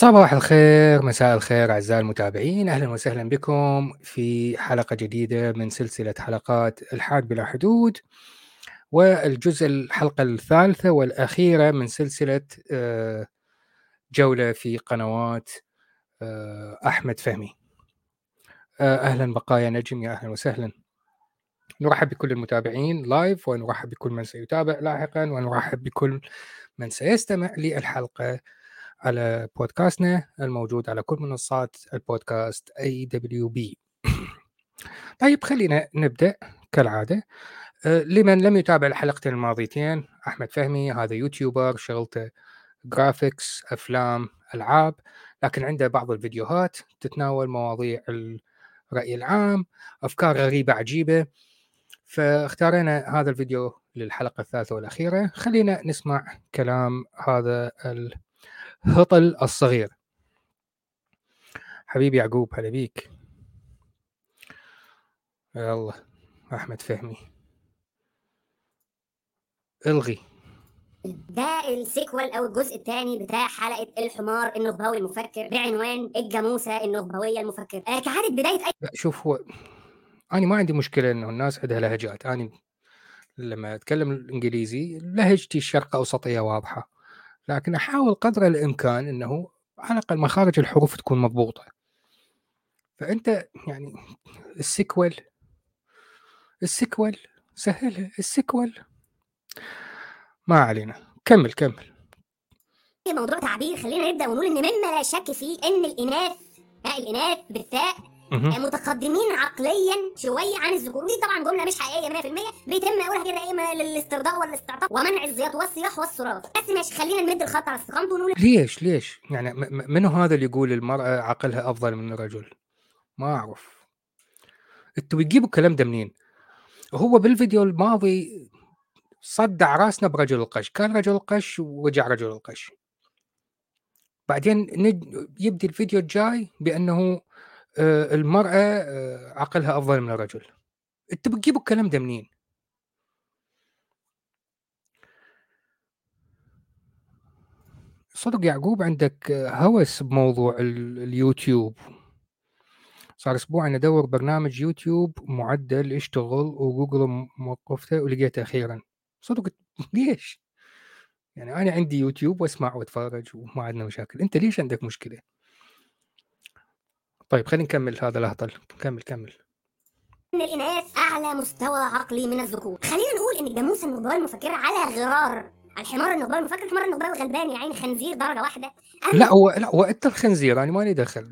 صباح الخير، مساء الخير أعزائي المتابعين، أهلا وسهلا بكم في حلقة جديدة من سلسلة حلقات الحاد بلا حدود، الحلقة الثالثة والأخيرة من سلسلة جولة في قنوات أحمد فهمي. أهلا بقايا نجم، يا أهلا وسهلا. نرحب بكل المتابعين لايف، ونرحب بكل من سيتابع لاحقا، ونرحب بكل من سيستمع للحلقة على بودكاستنا الموجود على كل منصات البودكاست AWB. طيب خلينا نبدأ كالعادة. لمن لم يتابع الحلقتين الماضيتين، أحمد فهمي هذا يوتيوبر شغلته جرافيكس، أفلام، ألعاب، لكن عنده بعض الفيديوهات تتناول مواضيع الرأي العام، أفكار غريبة عجيبة. فاختارينا هذا الفيديو للحلقة الثالثة والأخيرة. خلينا نسمع كلام هذا الهطل الصغير. حبيبي يعقوب، هلا بيك. يلا أحمد فهمي الغي. ده السيكوال او الجزء الثاني بتاع حلقه الحمار النخبوي المفكر بعنوان الجاموسه النخبويه المفكره. كعاده بدايه اي لا شوف، هو أنا ما عندي مشكلة إنه الناس عندها لهجات. أنا لما أتكلم الإنجليزي لهجتي الشرق أوسطية واضحة، لكن أحاول قدر الإمكان إنه على الأقل مخارج الحروف تكون مضبوطة. فأنت يعني السيكوال سهلها، السيكوال ما علينا. كمل. موضوع تعبير، خلينا نبدا ونقول ان مما لا شك فيه ان الاناث بالثاء متقدمين عقليا شويه عن الذكور. ودي طبعا جمله مش حقيقيه 100%، بيتم اقولها كده اما للاسترضاء والاستعطاف ومنع الزياط والصياح والصراخ. بس ماشي، خلينا نمد الخط على استقامته ونقول ليش يعني منو هذا اللي يقول المرأة عقلها أفضل من الرجل؟ ما أعرف انتوا بتجيبوا الكلام ده منين؟ هو بالفيديو الماضي صدع راسنا برجل القش، كان رجل القش ورجع رجل القش. بعدين يبدي الفيديو الجاي بأنه المرأة عقلها أفضل من الرجل. انتوا بتجيبوا الكلام ده منين؟ صدق يعقوب عندك هوس بموضوع اليوتيوب. صار أسبوع أنا أدور برنامج يوتيوب معدل يشتغل، وجوجل موقفته ولقيته أخيرا. صدق ليش؟ يعني أنا عندي يوتيوب وأسمع وأتفرج وما عندنا مشاكل، أنت ليش عندك مشكلة؟ طيب خلينا نكمل هذا الهطل. كمل. ان الاناث اعلى مستوى عقلي من الذكور. خلينا نقول ان الجاموسه النخبويه المفكره على غرار الحمار النخبوي المفكر. الحمار النخبوي الغلبان يا عيني خنزير درجه واحده. لا هو أنت الخنزير، أنا مالي دخل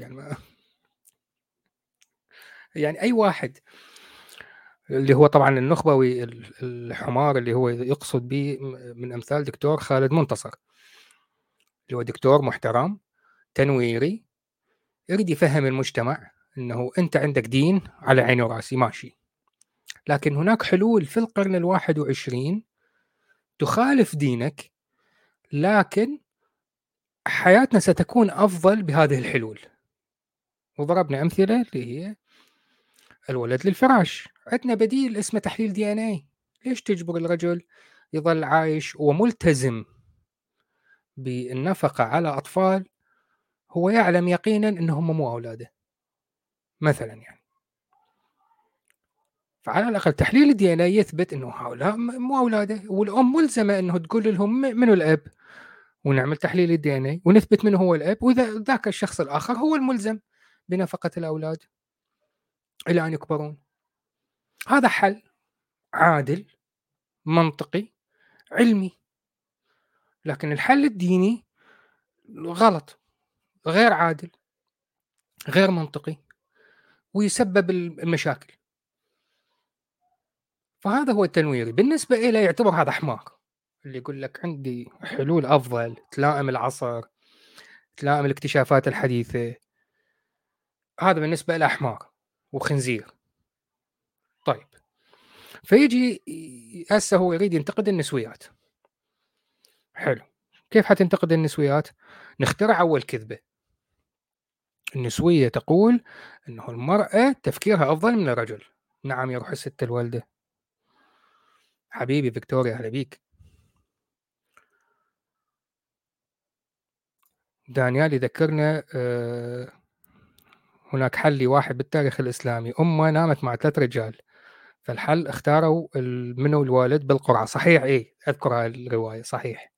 يعني أي واحد اللي هو طبعا النخبوي الحمار اللي هو يقصد به من أمثال دكتور خالد منتصر، اللي هو دكتور محترم تنويري يريد يفهم المجتمع أنه أنت عندك دين على عيني وراسي ماشي، لكن هناك حلول في القرن 21 تخالف دينك، لكن حياتنا ستكون أفضل بهذه الحلول. وضربنا أمثلة اللي هي الولد للفراش. عندنا بديل اسمه تحليل دي ان اي. ليش تجبر الرجل يظل عايش وملتزم بالنفقة على أطفال هو يعلم يقينا أنهم مو أولاده مثلا؟ يعني فعلى الأقل تحليل الدي ان اي يثبت أنه هؤلاء مو أولاده، والأم ملزمة أنه تقول لهم منو الأب، ونعمل تحليل الدي ان اي ونثبت منه هو الأب، وإذا ذاك الشخص الآخر هو الملزم بنفقة الأولاد إلى أن يكبرون. هذا حل عادل، منطقي، علمي. لكن الحل الديني غلط، غير عادل، غير منطقي، ويسبب المشاكل. فهذا هو التنويري بالنسبة إليه، يعتبر هذا حمار اللي يقول لك عندي حلول أفضل تلائم العصر، تلائم الاكتشافات الحديثة. هذا بالنسبة إلى حمار وخنزير. طيب فيجي هسه هو يريد ينتقد النسويات. حلو، كيف حتنتقد النسويات؟ نخترع أول كذبة. النسوية تقول أنه المرأة تفكيرها أفضل من الرجل. نعم يا روح الست الوالدة. حبيبي فيكتوريا، هلا بيك. دانيال يذكرنا هناك حل لواحد بالتاريخ الإسلامي، أمه نامت مع 3 رجال، فالحل اختاروا منو الوالد بالقرعة. صحيح، إيه أذكر هاي الرواية صحيح.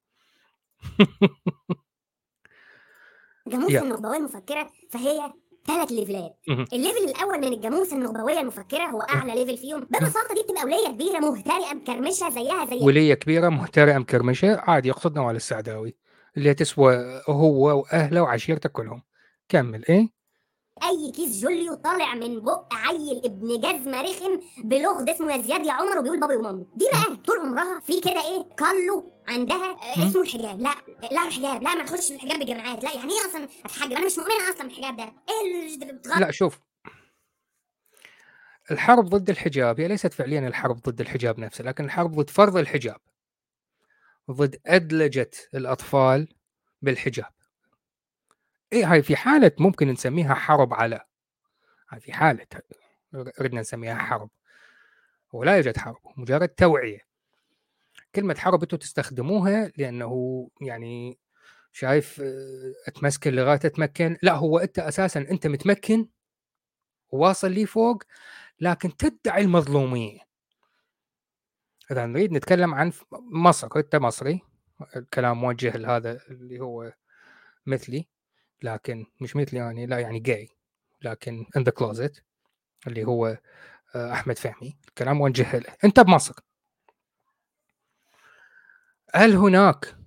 الجاموسة النخبوية المفكرة فهي 3 ليفلات. الليفل الأول من الجاموسة النخبوية المفكرة هو أعلى ليفل فيهم، ببساطة دي بتبقى ولية كبيرة مهترئة مكرمشة زيها زي ولية كبيرة مهترئة مكرمشة، عادي يقصد نوال السعداوي اللي تسوى هو وأهله وعشيرته كلهم. كمل. إيه اي كيس جوليو طالع من بق عيل ابن جزمه رخم بلغز اسمه يا زياد يا عمر وبيقول بابي ومامي. دي بقى طول عمرها في كده ايه كارلو عندها اسمه الحجاب. لا لا الحجاب لا، ما تخش الحجاب بالجامعات. لا يعني ايه اصلا اتحجب؟ انا مش مؤمنه اصلا بالحجاب ده. ايه اللي لا شوف، الحرب ضد الحجاب هي ليست فعليا الحرب ضد الحجاب نفسه، لكن الحرب ضد فرض الحجاب، ضد أدلجة الأطفال بالحجاب. إيه هاي في حالة ممكن نسميها حرب على، هاي في حالة ردنا نسميها حرب، ولا يوجد حرب، مجرد توعية. كلمة حرب انتم تستخدموها لأنه يعني شايف اتمسكن لغاية اتمكن. لا، هو انت اساسا انت متمكن وواصل لي فوق، لكن تدعي المظلومية. إذا نريد نتكلم عن مصر، انت مصري، الكلام موجه لهذا اللي هو مثلي، لكن مش مثلي يعني، لا يعني جاي، لكن in the closet، اللي هو أحمد فهمي. الكلام موجه له. أنت بمصر، هل هناك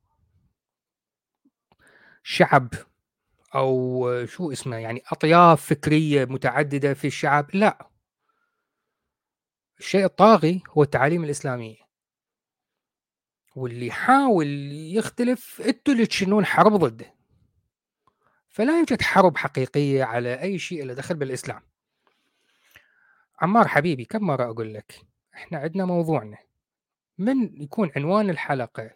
شعب أو شو اسمه يعني أطياف فكرية متعددة في الشعب؟ لا، الشيء الطاغي هو التعاليم الإسلامية، واللي يحاول يختلف انتوا اللي تشنون حرب ضده. فلا يوجد حرب حقيقية على أي شيء له دخل بالإسلام. عمار حبيبي، كم مرة أقول لك إحنا عندنا موضوعنا، من يكون عنوان الحلقة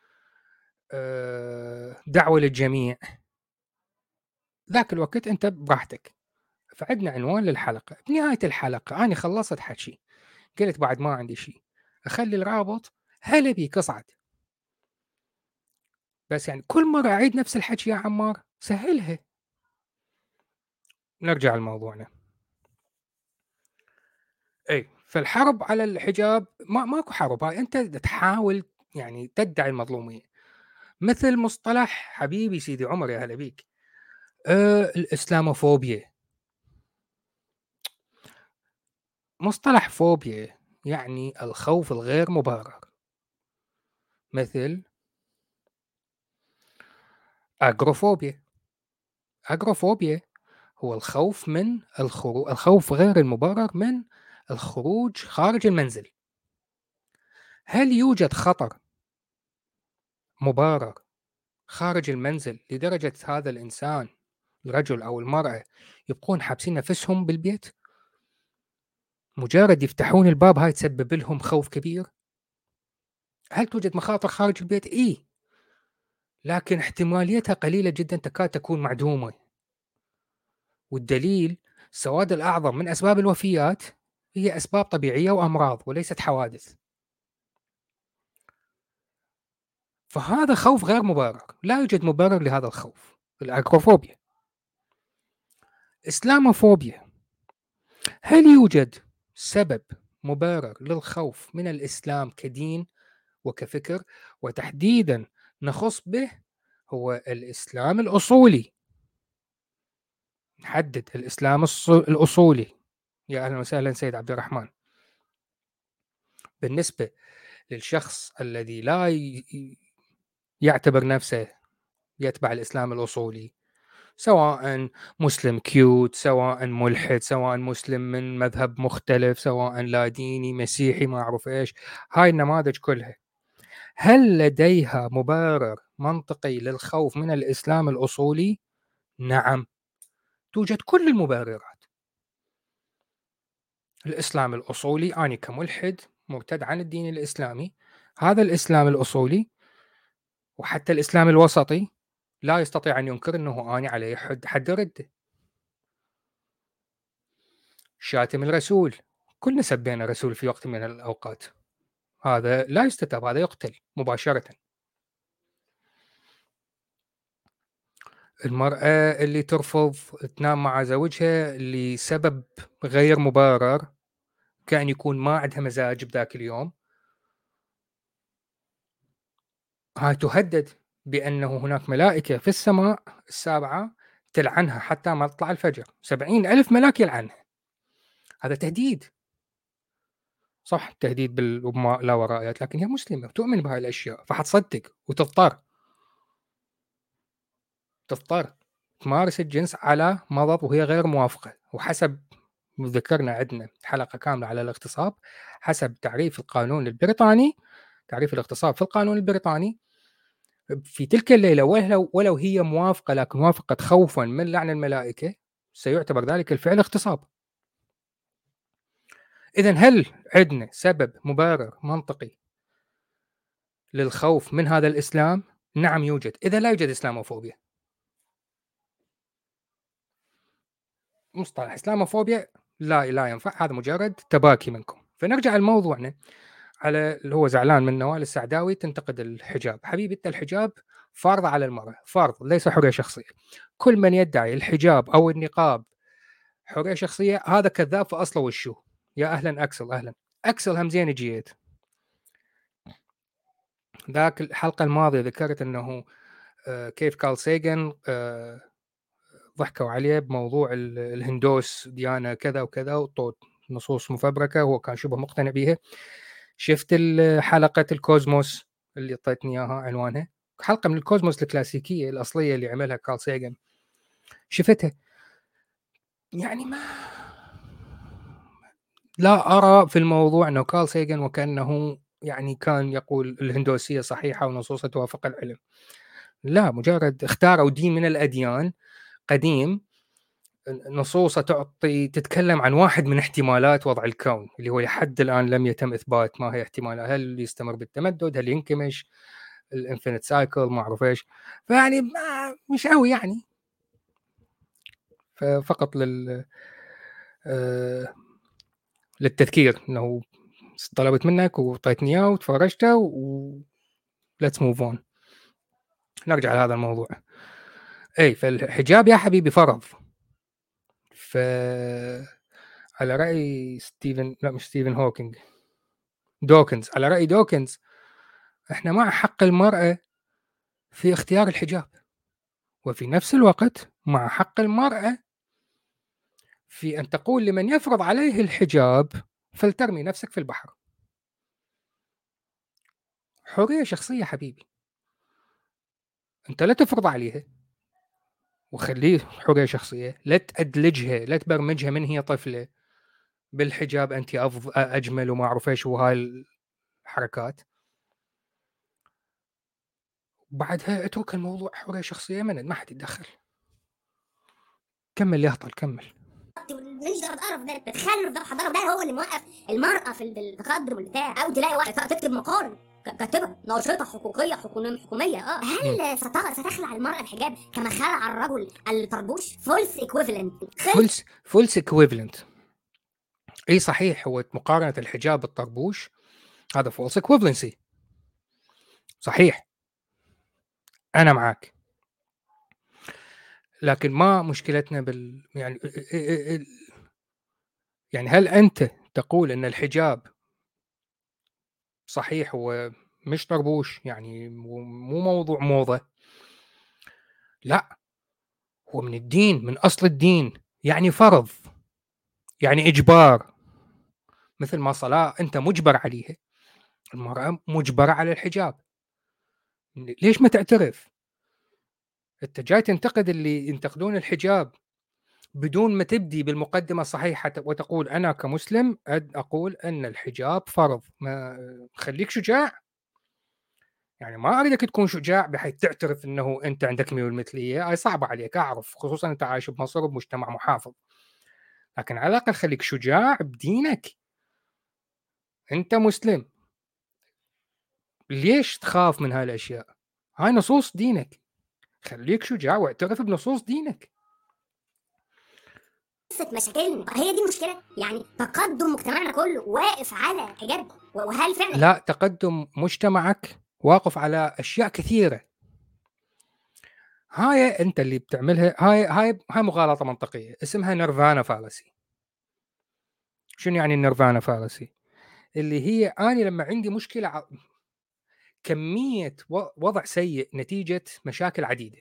دعوة للجميع، ذاك الوقت أنت براحتك. فعندنا عنوان للحلقة، بنهاية الحلقة أنا خلصت حكي، قلت بعد ما عندي شيء، أخلي الرابط هلا بيك اصعد. بس يعني كل مرة أعيد نفس الحكي يا عمار، سهلها. نرجع لموضوعنا. اي، فالحرب على الحجاب ماكو حرب، هاي انت تحاول يعني تدعي المظلوميه. مثل مصطلح حبيبي سيدي عمر يا هلا بيك، الاسلاموفوبيا. مصطلح فوبيا يعني الخوف الغير مبرر. مثل اجروفوبيا. اجروفوبيا هو الخوف من الخوف غير المبرر من الخروج خارج المنزل. هل يوجد خطر مبرر خارج المنزل لدرجة هذا الإنسان، الرجل أو المرأة، يبقون حابسين نفسهم بالبيت؟ مجرد يفتحون الباب هاي تسبب لهم خوف كبير. هل توجد مخاطر خارج البيت؟ إيه، لكن احتماليتها قليلة جدا، تكاد تكون معدومة. والدليل السواد الأعظم من أسباب الوفيات هي أسباب طبيعية وأمراض وليست حوادث. فهذا خوف غير مبرر، لا يوجد مبرر لهذا الخوف. الأجروفوبيا. إسلاموفوبيا، هل يوجد سبب مبرر للخوف من الإسلام كدين وكفكر؟ وتحديدا نخص به هو الإسلام الأصولي. نحدد الإسلام الأصولي. يا أهلا وسهلا سيد عبد الرحمن. بالنسبة للشخص الذي لا يعتبر نفسه يتبع الإسلام الأصولي، سواء مسلم كيوت، سواء ملحد، سواء مسلم من مذهب مختلف، سواء لا ديني مسيحي ما أعرف إيش، هاي النماذج كلها هل لديها مبرر منطقي للخوف من الإسلام الأصولي؟ نعم، توجد كل المبررات. الإسلام الأصولي، أنا كملحد مرتد عن الدين الإسلامي، هذا الإسلام الأصولي وحتى الإسلام الوسطي لا يستطيع أن ينكر أنه أنا عليه حد ردة. شاتم الرسول، كلنا سبينا الرسول في وقت من الأوقات، هذا لا يستتاب، هذا يقتل مباشرة. المرأة اللي ترفض تنام مع زوجها لسبب غير مبرر، كأن يكون ما عندها مزاج بذاك اليوم، هاي تهدد بأنه هناك ملائكة في السماء السابعة تلعنها حتى ما تطلع الفجر، 70,000 ملاك يلعنها. هذا تهديد، صح، تهديد لا ورائيات، لكن هي مسلمة وتؤمن بهاي الأشياء، فحتصدق وتضطر تمارس الجنس على مرض وهي غير موافقة. وحسب ذكرنا عندنا حلقة كاملة على الاغتصاب، حسب تعريف القانون البريطاني، تعريف الاغتصاب في القانون البريطاني، في تلك الليلة ولو هي موافقة، لكن موافقة خوفا من لعن الملائكة، سيعتبر ذلك الفعل اغتصاب. إذن هل عندنا سبب مبرر منطقي للخوف من هذا الإسلام؟ نعم يوجد. إذا لا يوجد إسلاموفوبيا، مصطلح إسلاموفوبيا لا ينفع، هذا مجرد تباكي منكم. فنرجع لموضوعنا، على اللي هو زعلان من نوال السعداوي تنتقد الحجاب. حبيبي انت، الحجاب فرض على المرأة، فرض ليس حرية شخصية. كل من يدعي الحجاب أو النقاب حرية شخصية هذا كذاب في أصله وشو. يا أهلا أكسل، أهلا أكسل، هم زين جيت. ذاك الحلقة الماضية ذكرت أنه كيف كارل سيغن ضحكوا عليه بموضوع الهندوس ديانة كذا وكذا، وطوت نصوص مفبركة هو كان شبه مقتنع بيها. شفت حلقة الكوزموس اللي اعطيتني اياها عنوانها، حلقة من الكوزموس الكلاسيكية الأصلية اللي عملها كارل سيغن، شفتها. يعني لا أرى في الموضوع أنه كارل سيغن وكأنه يعني كان يقول الهندوسية صحيحة ونصوصها توافق العلم. لا، مجرد اختاروا دين من الأديان قديم، نصوصه تتكلم عن واحد من احتمالات وضع الكون، اللي هو لحد الآن لم يتم إثبات ما هي احتمالات. هل يستمر بالتمدد؟ هل ينكمش؟ الانفينيت سايكل، ما اعرف ايش. فيعني مش قوي يعني، فقط للتذكير انه طلبت منك وعطيتني اياه وتفرجته ليتس موف اون. نرجع لهذا الموضوع. اي، فالحجاب يا حبيبي فرض. على رأي ستيفن هوكينج، دوكنز، على رأي دوكنز، احنا مع حق المرأة في اختيار الحجاب، وفي نفس الوقت مع حق المرأة في أن تقول لمن يفرض عليه الحجاب فلترمي نفسك في البحر. حرية شخصية حبيبي، أنت لا تفرض عليها وخليه حرية شخصية، لا تأدلجها، لا تبرمجها من هي طفلة بالحجاب أنت أجمل وما أعرف إيش وهاي الحركات. بعدها اترك الموضوع حرية شخصية، ما حد يتدخل. كمل يا هطل، كمل. مش قرف ده، التخلف ده الحضاره ده هو اللي موقف المراه في التقدم والبتاع. او تلاقي واحد تكتب مقال كاتبه ناشطه حقوقيه حكوميه. هل ستخلع المراه الحجاب كما خلع الرجل الطربوش؟ فولس ايكويفالنت. اي صحيح، هو مقارنه الحجاب بالطربوش هذا فولس ايكويفالنسي، صحيح، انا معك. لكن ما مشكلتنا يعني هل أنت تقول أن الحجاب صحيح هو مش طربوش، يعني مو موضوع موضة؟ لا، هو من الدين، من أصل الدين، يعني فرض، يعني إجبار. مثل ما صلاة أنت مجبر عليها، المرأة مجبرة على الحجاب. ليش ما تعترف؟ أنت جاي تنتقد اللي ينتقدون الحجاب بدون ما تبدي بالمقدمة الصحيحة وتقول أنا كمسلم أقول أن الحجاب فرض. ما خليك شجاع، يعني ما أريدك تكون شجاع بحيث تعترف أنه أنت عندك ميول مثلية، هاي صعبة عليك أعرف، خصوصا أنت عايش بمصر بمجتمع محافظ، لكن على الأقل خليك شجاع بدينك. أنت مسلم، ليش تخاف من هاي الأشياء؟ هاي نصوص دينك، خليك شجاع واعترف بنصوص دينك. مشاكلنا هي دي المشكله، يعني تقدم مجتمعنا كله واقف على حجاب، وهل فعلا؟ لا، تقدم مجتمعك واقف على أشياء كثيرة. هاي انت اللي بتعملها، هاي مغالطه منطقيه اسمها نيرفانا فالسي. شنو يعني النيرفانا فالسي؟ اللي هي اني لما عندي مشكله كميه وضع سيء نتيجه مشاكل عديده،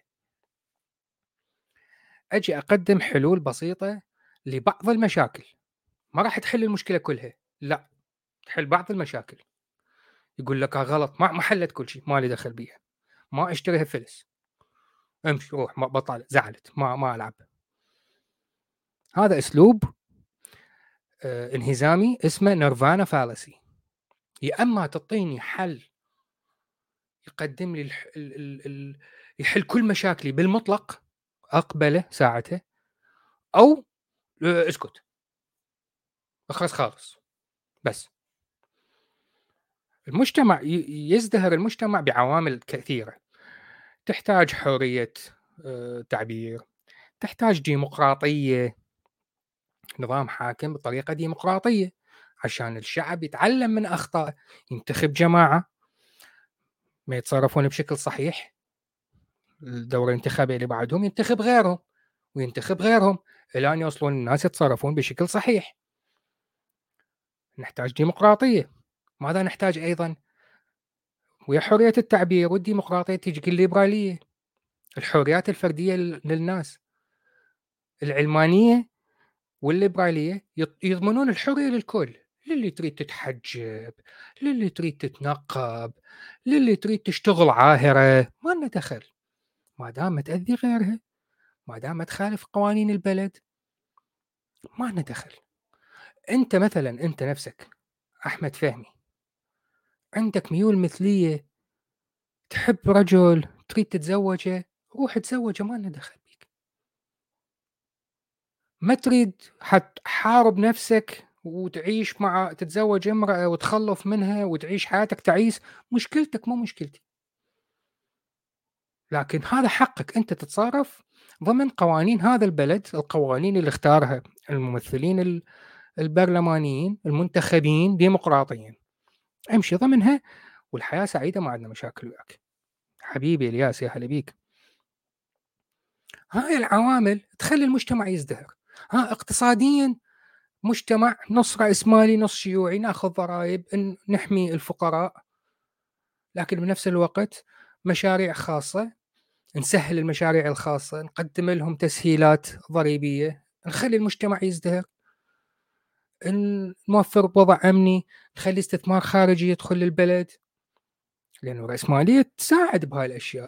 اجي اقدم حلول بسيطه لبعض المشاكل، ما راح تحل المشكله كلها، لا تحل بعض المشاكل. يقول لك غلط، ما حلت كل شيء، ما لي دخل بيها، ما اشتريها فلس، امشي روح، ما بطل، زعلت، ما العب. هذا اسلوب انهزامي اسمه نيرفانا فالسي. يا اما تعطيني حل يقدم لي يحل كل مشاكلي بالمطلق، اقبله ساعته، او اسكت اخرس خالص. بس المجتمع يزدهر المجتمع بعوامل كثيره، تحتاج حريه تعبير، تحتاج ديمقراطيه، نظام حاكم بطريقه ديمقراطيه عشان الشعب يتعلم من اخطائه، ينتخب جماعه ما يتصرفون بشكل صحيح، الدورة الانتخابية اللي بعدهم ينتخب غيرهم وينتخب غيرهم الى ان يوصلون الناس يتصرفون بشكل صحيح. نحتاج ديمقراطية. ماذا نحتاج ايضا؟ ويا حرية التعبير والديمقراطية تجي الليبرالية، الحريات الفردية للناس. العلمانية والليبرالية يضمنون الحرية للكل، للي تريد تتحجب، للي تريد تتنقب، للي تريد تشتغل عاهرة، ما لنا دخل ما دام ما تأذي غيرها، ما دام ما تخالف قوانين البلد، ما لنا دخل. انت مثلا انت نفسك احمد فهمي عندك ميول مثلية، تحب رجل تريد تتزوجه، روح تزوجه، ما لنا دخل بيك. ما تريد حارب نفسك وتعيش مع تتزوج امرأة وتخلف منها وتعيش حياتك تعيس، مشكلتك مو مشكلتي. لكن هذا حقك انت تتصرف ضمن قوانين هذا البلد، القوانين اللي اختارها الممثلين البرلمانيين المنتخبين ديمقراطيا، امشي ضمنها والحياة سعيدة، ما عندنا مشاكل وياك. حبيبي الياس، يا هلا بيك. هاي العوامل تخلي المجتمع يزدهر. اقتصاديا مجتمع نص رأسمالي نص شيوعي، ناخذ ضرائب ان نحمي الفقراء، لكن بنفس الوقت مشاريع خاصة، نسهل المشاريع الخاصة، نقدم لهم تسهيلات ضريبية، نخلي المجتمع يزدهر، نوفر وضع أمني، نخلي استثمار خارجي يدخل للبلد، لأنه الرأسمالية تساعد بهاي الأشياء،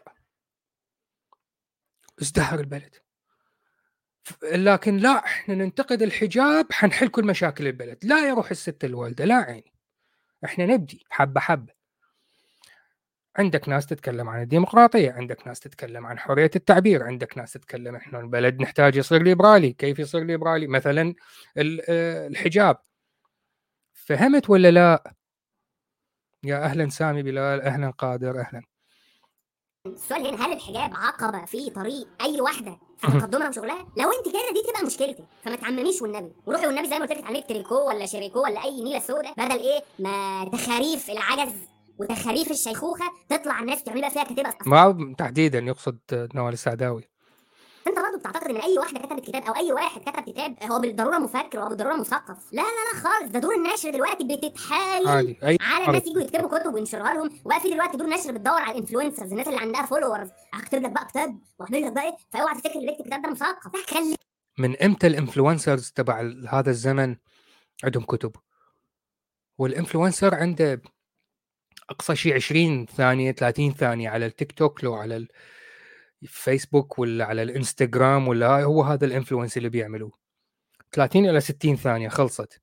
ازدهر البلد. لكن لا، احنا ننتقد الحجاب حنحل كل مشاكل البلد، لا يروح الست الوالدة، لا عيني، احنا نبدي حبة حبة. عندك ناس تتكلم عن الديمقراطية، عندك ناس تتكلم عن حرية التعبير، عندك ناس تتكلم احنا البلد نحتاج يصير ليبرالي. كيف يصير ليبرالي؟ مثلا الحجاب، فهمت ولا لا؟ يا اهلا سامي بلال، اهلا قادر، اهلا. السؤال هنا، هل الحجاب عقبه في طريق اي واحده في تقدمها وشغلها؟ لو انت كده دي تبقى مشكلتك، فما تعمميش والنبي، وروحي والنبي زي ما قلت لك اتعلمي تريكو ولا شريكو ولا اي نيله سوداء، بدل ايه ما تخاريف العجز وتخاريف الشيخوخه تطلع الناس تعملي بقى فيها كتابه. ما تحديدا يقصد نوال السعداوي. انت برضه بتعتقد ان اي واحده كتبت كتاب او اي واحد كتب كتاب هو بالضروره مفكر او بالضروره مثقف؟ لا لا لا خالص، ده دور النشر دلوقتي بتتحايل عادي اي على الناس يجوا يكتبوا كتب وينشرها لهم، وبقى في دلوقتي دور نشر بتدور على الانفلونسرز، الناس اللي عندها فولورز، هكتب لك بقى كتاب واعمل لك بقى ايه، فاوعى تفتكر اللي يكتب كتاب ده مثقف. خلي من امتى الانفلونسرز تبع هذا الزمن عندهم كتب؟ والانفلونسر عنده اقصى شيء 20 ثانيه 30 ثانيه على التيك توك، لو على الفيسبوك ولا على الانستغرام، ولا هو هذا الانفلونس اللي بيعملوه 30 الى 60 ثانيه خلصت.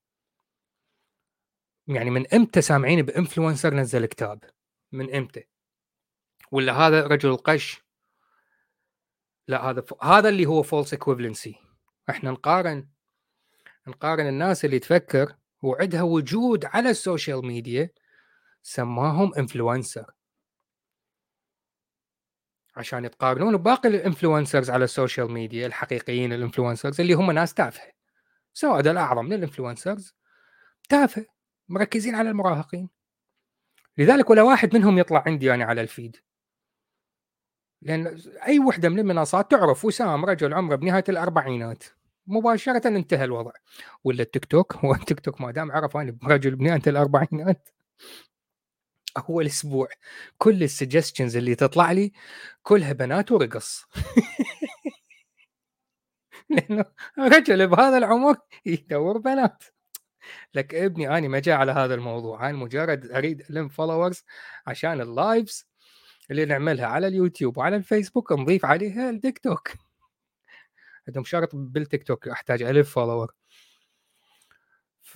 يعني من امتى سامعين بانفلونسر نزل كتاب؟ من امتى؟ ولا هذا رجل القش؟ لا، هذا اللي هو فولس ايكويفالنسي. احنا نقارن الناس اللي تفكر وعندها وجود على السوشيال ميديا، سماهم انفلونسر عشان يتقارنون بباقي الانفلونسرز على السوشيال ميديا الحقيقيين، الانفلونسرز اللي هم ناس تافهه. سواء الاعظم من الانفلونسرز تافه، مركزين على المراهقين. لذلك ولا واحد منهم يطلع عندي يعني على الفيد. لأن أي وحدة من المنصات تعرف وسام رجل عمره بنهاية الأربعينات، مباشرة انتهى الوضع. ولا التيك توك، هو التيك توك ما دام عرف أنا برجل بنهاية الأربعينات، أول أسبوع كل السجستشنز اللي تطلع لي كلها بنات ورقص. لأنه رجل بهذا العمر يدور بنات. لك ابني أنا ما جاء على هذا الموضوع، أنا مجرد أريد ألم فولورز عشان اللايفز اللي نعملها على اليوتيوب وعلى الفيسبوك نضيف عليها التيك توك. عندهم شرط بالتيك توك احتاج 1000 فولور. ف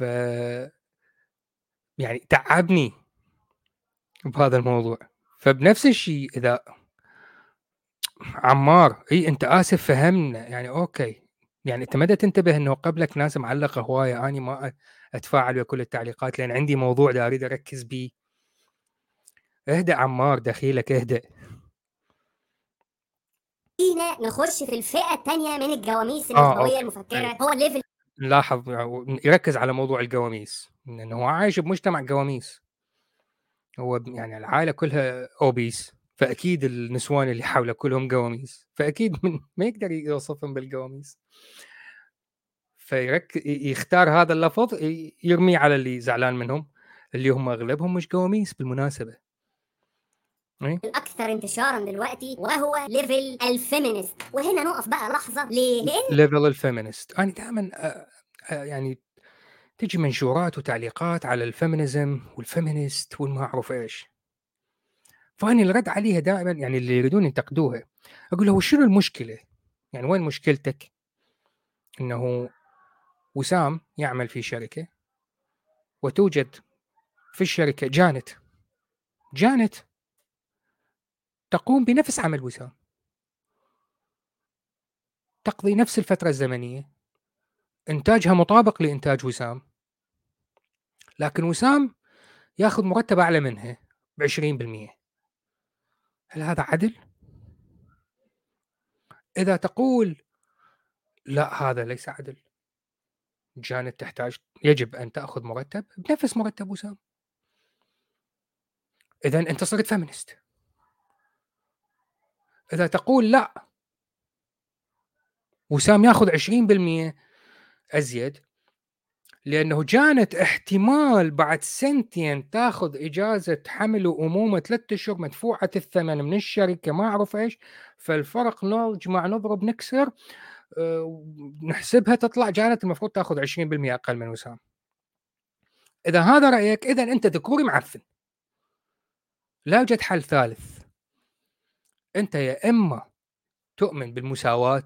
يعني تعبني بهذا الموضوع. فبنفس الشيء اذا عمار انت اسف فهمنا يعني اوكي، يعني انت مدى تنتبه انه قبلك ناس معلقه هوايه، اني ما اتفاعل بكل التعليقات لان عندي موضوع دا اريد اركز بيه. اهدأ عمار دخيلك اهدأ. فينا نخش في الفئه الثانيه من الجواميس النخبويه المفكره. هو الليفل نلاحظ يركز على موضوع الجواميس، انه هو عايش بمجتمع جواميس. هو يعني العائله كلها اوبيس، فاكيد النسوان اللي حوله كلهم قواميس، فاكيد ما يقدر يوصفهم بالقواميس. يختار هذا اللفظ يرميه على اللي زعلان منهم، اللي هم اغلبهم مش قواميس بالمناسبه. الاكثر انتشارا دلوقتي وهو ليفل الفيمينست. وهنا نقف بقى لحظه، ليه؟ ليفل الفيمينست. انا دائما يعني تجي منشورات وتعليقات على الفيمينيزم والفيمينست والما اعرف ايش، فاني الرد عليها دائما يعني اللي يريدون ينتقدوها اقول له شنو المشكله؟ يعني وين مشكلتك؟ انه وسام يعمل في شركه وتوجد في الشركه جانت تقوم بنفس عمل وسام، تقضي نفس الفتره الزمنيه، انتاجها مطابق لانتاج وسام، لكن وسام ياخذ مرتب اعلى منها ب20%. هل هذا عدل؟ اذا تقول لا هذا ليس عدل، جانت يجب ان تاخذ مرتب بنفس مرتب وسام، اذا انت صرت فيمينست. اذا تقول لا وسام ياخذ 20% ازيد لانه جانت احتمال بعد سنتين تاخذ اجازه حمل وامومه 3 اشهر مدفوعه الثمن من الشركه ما اعرف ايش، فالفرق نجمع نضرب نكسر نحسبها تطلع جانت المفروض تاخذ 20% اقل من وسام. اذا هذا رايك اذا انت ذكوري معفن. لا يوجد حل ثالث. انت يا اما تؤمن بالمساواه،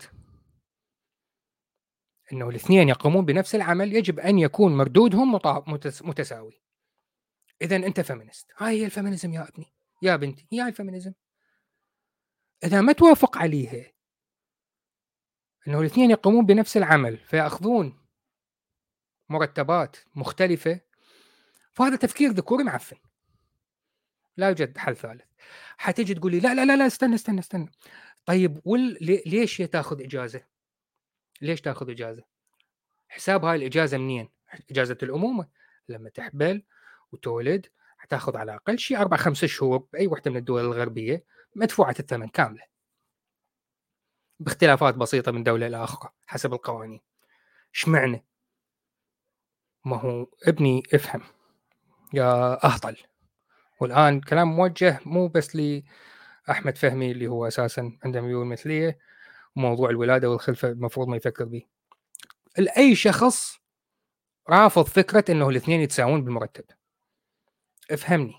انه الاثنين يقومون بنفس العمل يجب ان يكون مردودهم متساوي، اذا انت فيمينست. هاي هي الفيمينيزم يا ابني يا بنتي، هي الفيمينيزم. اذا ما توافق عليها انه الاثنين يقومون بنفس العمل فياخذون مرتبات مختلفه، فهذا تفكير ذكوري معفن. لا يوجد حل ثالث. حتيجي تقول لي لا لا لا, لا استنى. طيب ليش هي تاخذ اجازه؟ ليش تاخذ اجازه؟ حساب هاي الاجازه منين؟ اجازه الامومه لما تحبل وتولد حتاخذ على اقل شيء 4-5 شهور باي وحده من الدول الغربيه مدفوعه الثمن كامله، باختلافات بسيطه من دوله الى اخرى حسب القوانين. ايش معنى؟ ما هو ابني افهم يا اهطل، والان كلام موجه مو بس لاحمد فهمي اللي هو اساسا عنده ميول مثليه، وموضوع الولاده والخلفه المفروض ما يفكر به. لاي شخص رافض فكره انه الاثنين يتساوون بالمرتب. افهمني،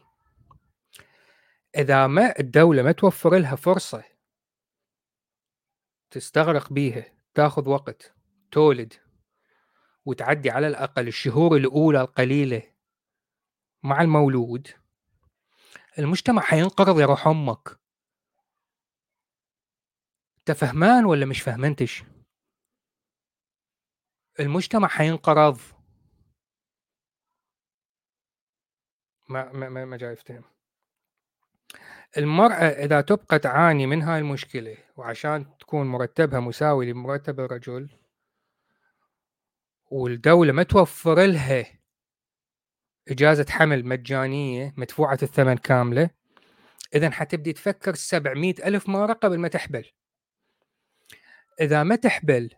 إذا ما الدولة ما توفر لها فرصة تستغرق بيها، تاخذ وقت، تولد وتعدي على الأقل الشهور الأولى القليلة مع المولود، المجتمع حينقرض يا روح أمك. أنت فهمان ولا مش فهمنتش؟ المجتمع حينقرض. ما جاي يفتهم. المرأة إذا تبقى تعاني من هاي المشكلة وعشان تكون مرتبها مساوي لمرتب الرجل والدولة ما توفر لها إجازة حمل مجانية مدفوعة الثمن كاملة، إذن حتبدي تفكر 700,000 مرة قبل ما تحبل. إذا ما تحبل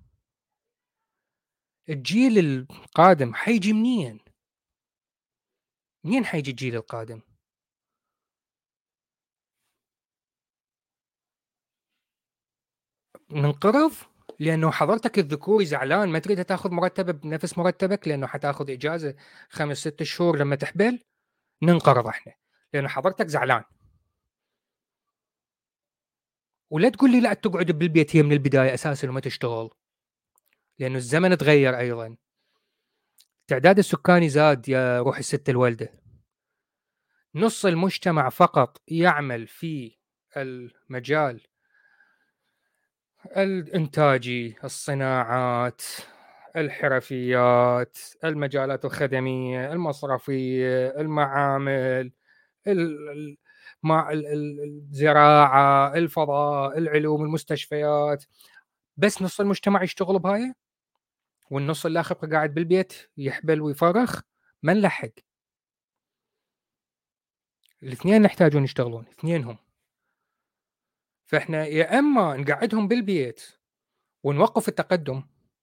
الجيل القادم حيجي منين؟ منين حيجي الجيل القادم؟ ننقرض لأنه حضرتك الذكوري زعلان ما تريد تاخذ مرتبه بنفس مرتبك لأنه حتاخذ إجازة 5-6 شهور لما تحبل. ننقرض احنا لأنه حضرتك زعلان. ولا تقول لي لا تقعد بالبيت هي من البداية أساسا وما تشتغل، لأنه الزمن تغير أيضا. التعداد السكاني زاد يا روح الست الوالدة. نص المجتمع فقط يعمل في المجال الإنتاجي، الصناعات، الحرفيات، المجالات الخدمية، المصرفية، المعامل، الزراعة، الفضاء، العلوم، المستشفيات. بس نص المجتمع يشتغل بهاي والنص الآخر قاعد بالبيت يحبل ويفرخ. ما نلحق. الاثنين نحتاجون يشتغلون اثنينهم. فاحنا يا اما نقعدهم بالبيت ونوقف التقدم،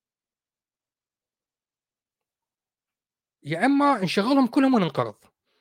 يا اما نشغلهم كلهم وننقرض.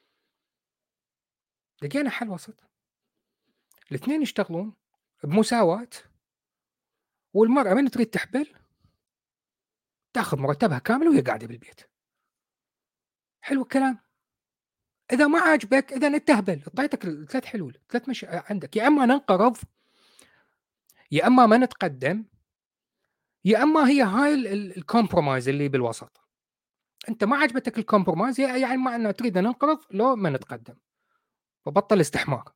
لقينا حل وسط. الاثنين يشتغلون بمساواة، والمرأة من تريد تحبل تاخذ مرتبها كامل وهي قاعدة بالبيت. حلو الكلام. اذا ما عاجبك اذا نتهبل. اعطيتك 3 حلول، 3 مش عندك. يا اما ننقرض، يا اما ما نتقدم، يا اما هي هاي الكومبرومايز اللي بالوسط. انت ما عجبتك الكومبرومايز يعني ما انه تريد ننقرض لو ما نتقدم، فبطل استحمار.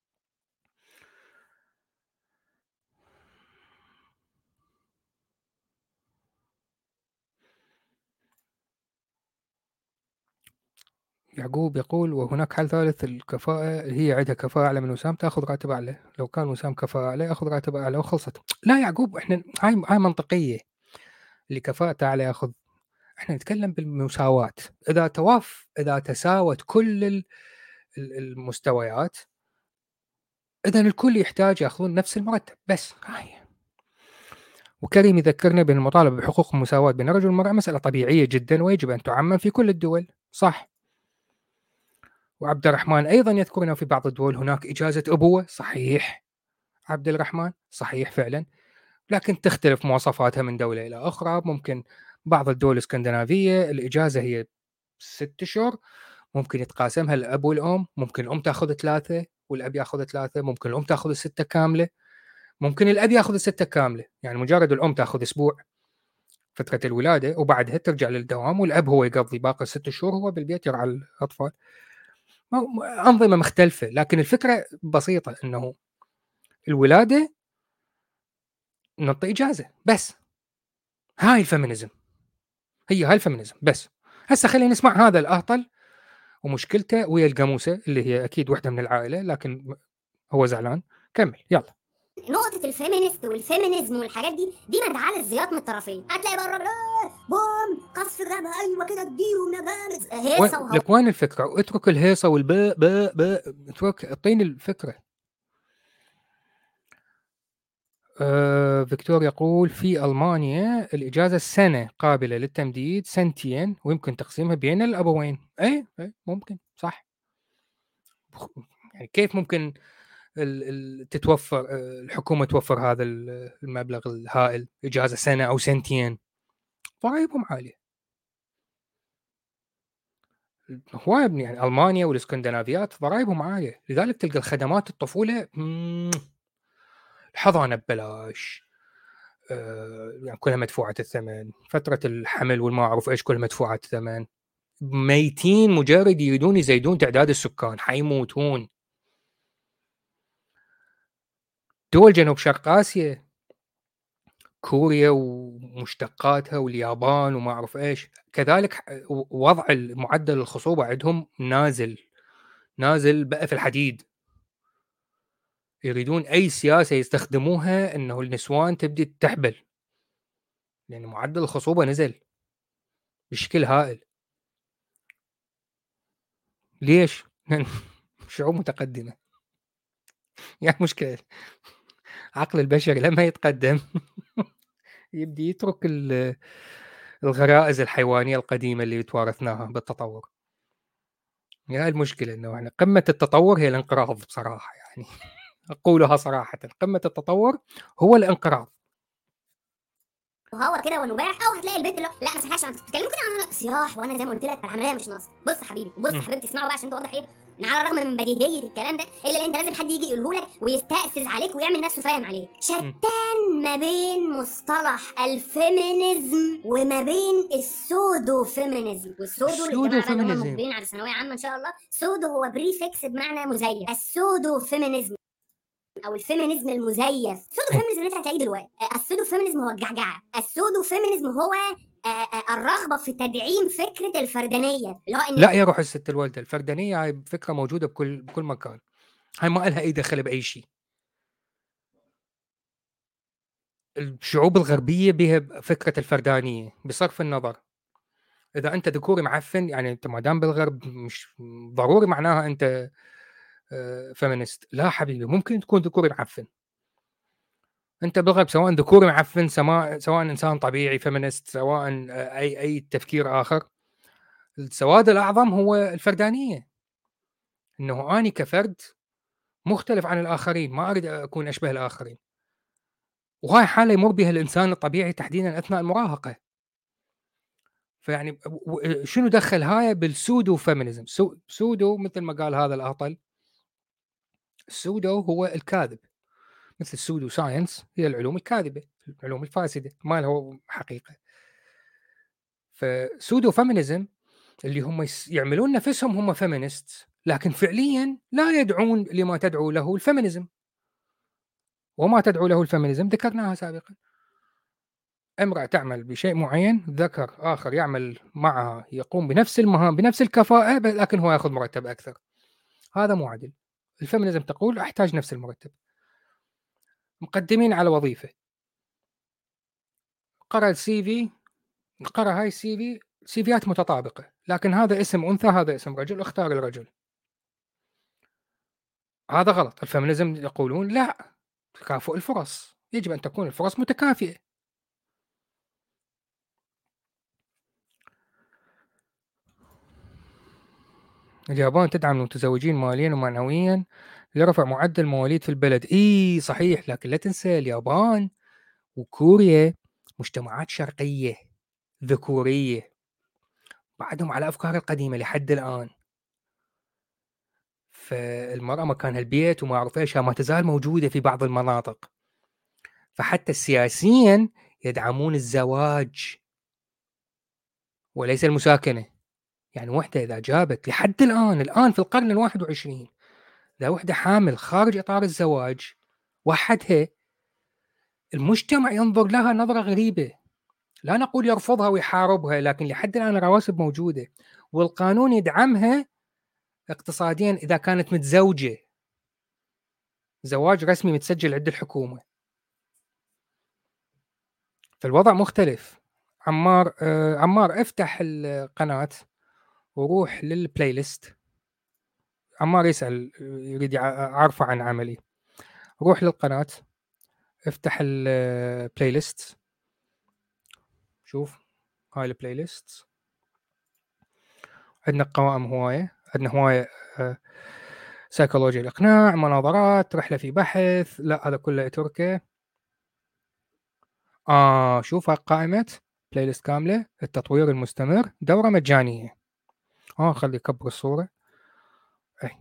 يعقوب يقول وهناك حل ثالث، الكفاءة هي عندها كفاءة أعلى من وسام تأخذ راتب أعلى، لو كان وسام كفاءة أعلى يأخذ راتب أعلى وخلصت. لا يعقوب، إحنا هاي منطقية. اللي كفاءته أعلى يأخذ. إحنا نتكلم بالمساواة. إذا تساوت كل المستويات إذا الكل يحتاج يأخذون نفس المرتب بس. هاي. وكريم يذكرنا بأن المطالبة بحقوق المساواة بين الرجل والمرأة مسألة طبيعية جدا ويجب أن تعمم في كل الدول. صح. وعبد الرحمن أيضا يذكر أنه في بعض الدول هناك إجازة أبوة. صحيح عبد الرحمن، صحيح فعلا، لكن تختلف مواصفاتها من دولة إلى أخرى. ممكن بعض الدول الاسكندنافية الإجازة هي 6 أشهر، ممكن يتقاسمها الأب والأم. ممكن الأم تأخذ 3 والأب يأخذ 3. ممكن الأم تأخذ 6 كاملة، ممكن الأب يأخذ 6 كاملة. يعني مجرد الأم تأخذ أسبوع فترة الولادة وبعدها ترجع للدوام، والأب هو يقضي باقي 6 شهور هو بالبيت يرعى الأطفال. أنظمة مختلفة، لكن الفكرة بسيطة، أنه الولادة نعطي إجازة بس. هاي الفيمينيزم، هي هاي الفيمينيزم بس. هسه خلينا نسمع هذا الأهطل ومشكلته ويا القاموسة اللي هي أكيد وحدة من العائلة لكن هو زعلان. كمل يلا. نقطة الفيمينست والفيمينيزم والحاجات دي مدعاة للزياط من الطرفين. هتلاقي بره بوم قصف غابة، ايوه كده كبير ونغامز هيصة لك وين الفكرة؟ اترك الهيصة والباء باء باء، اترك، اعطيني الفكرة. فيكتور يقول في ألمانيا الإجازة سنة قابلة للتمديد 2 ويمكن تقسيمها بين الأبوين. أي ممكن صح. يعني كيف ممكن تتوفر الحكومة توفر هذا المبلغ الهائل، إجازة سنة أو 2 ضرائبهم عالية. هواي يعني ألمانيا والاسكندنافيات ضرائبهم عالية، لذلك تلقى الخدمات الطفولة الحضانة ببلاش، يعني كلها مدفوعة الثمن. فترة الحمل والما أعرف إيش كلها مدفوعة الثمن. ميتين مجرد يريدون يزيدون تعداد السكان، حيموتون. دول جنوب شرق آسيا، كوريا ومشتقاتها واليابان وما أعرف إيش، كذلك وضع معدل الخصوبة عندهم نازل بقى في الحديد. يريدون أي سياسة يستخدموها أنه النسوان تبدي تحبل، لأن معدل الخصوبة نزل بشكل هائل. ليش؟ شعوب متقدمة. يعني مشكلة عقل البشري لما يتقدم يبدي يترك الغرائز الحيوانية القديمة اللي توارثناها بالتطور. هاي المشكلة، إنه إحنا قمة التطور هي الانقراض بصراحة يعني. أقولها صراحةً، قمة التطور هو الانقراض. وهو كده ونباح، او هتلاقي البنت اللي لا ما تسرحش، بتتكلموا كده عن صياح، وانا زي ما قلت لك العمليه مش ناقصه. بص يا حبيبي، بص يا حبيبتي، اسمعوا بقى عشان انتوا واضح ايه ان على الرغم من بديهيه الكلام ده الا انت لازم حد يجي يقوله لك ويستأسس عليك ويعمل نفسه فاهم عليك. شتان ما بين مصطلح الفيمينيزم وما بين السودو فيمينيزم. والسودو الجماعه بقى اللي هم مقبلين على ثانويه عامه ان شاء الله، سودو هو بريفكس بمعنى مزيف. السودو فيمينيزم او الفيمينيزم المزيف، السودو فيمينيزم اللي انت هتلاقيه دلوقتي، السودو فيمينيزم هو الجعجعه. السودو فيمينيزم هو الرغبه في تدعيم فكره الفردانيه، اللي هو ان لا يا روح الست الوالده، الفردانيه هاي فكره موجوده بكل مكان، هاي ما لها اي دخل باي شيء. الشعوب الغربيه بها فكره الفردانيه بصرف النظر اذا انت ذكوري معفن، يعني انت ما دام بالغرب مش ضروري معناها انت فيمينست. لا حبيبي، ممكن تكون ذكوري معفن، انت بالغرب سواء ذكوري معفن سواء انسان طبيعي فيمينست، سواء اي تفكير اخر، السواد الاعظم هو الفردانيه، انه اني كفرد مختلف عن الآخرين، ما أريد أكون أشبه الآخرين. وهاي حالة يمر بها الإنسان الطبيعي تحديدًا أثناء المراهقة. فيعني شنو دخل هاي بالسودو فيمينيزم؟ سودو مثل ما قال هذا الأهطل، السودو هو الكاذب، مثل السودو ساينس هي العلوم الكاذبة، العلوم الفاسدة ما لها حقيقة. فسودو فيمينيزم اللي هم يعملون نفسهم هم فيمينست، لكن فعليًا لا يدعون لما تدعو له الفيمينيزم. وما تدعو له الفيمينيزم ذكرناها سابقًا. امرأة تعمل بشيء معين، ذكر آخر يعمل معها يقوم بنفس المهام بنفس الكفاءة لكن هو يأخذ مرتب أكثر. هذا مو عدل. الفيمينيزم تقول أحتاج نفس المرتب. مقدمين على وظيفة، قرأ السي في، قرأ هاي السي في، سيفيات متطابقة، لكن هذا اسم أنثى هذا اسم رجل، اختار الرجل. هذا غلط. الفيمينيزم يقولون لا، تكافؤ الفرص، يجب أن تكون الفرص متكافئة. اليابان تدعم المتزوجين ماليا ومعنويا لرفع معدل المواليد في البلد. إيه صحيح، لكن لا تنسى اليابان وكوريا مجتمعات شرقية ذكورية، بعدهم على أفكار القديمة لحد الآن. فالمرأة مكانها البيت وما أعرف إيش ما تزال موجودة في بعض المناطق. فحتى سياسيا يدعمون الزواج وليس المساكنة. يعني وحدة إذا جابت لحد الآن في القرن 21، إذا وحدة حامل خارج إطار الزواج وحدها، المجتمع ينظر لها نظرة غريبة. لا نقول يرفضها ويحاربها، لكن لحد الآن الرواسب موجودة، والقانون يدعمها اقتصاديا إذا كانت متزوجة، زواج رسمي متسجل عند الحكومة. فالوضع مختلف. عمار افتح القناة وروح للبلاي ليست. عمار يسأل يريد أعرفه عن عملي. روح للقناة، افتح البلاي ليست، شوف هاي البلاي ليست. عندنا قوائم هواية، عندنا هواية سيكولوجيا الإقناع، مناظرات، رحلة في بحث، لا هذا كله اتركه. شوف قائمة بلاي ليست كاملة، التطوير المستمر، دورة مجانية. خلي أكبر الصورة. أي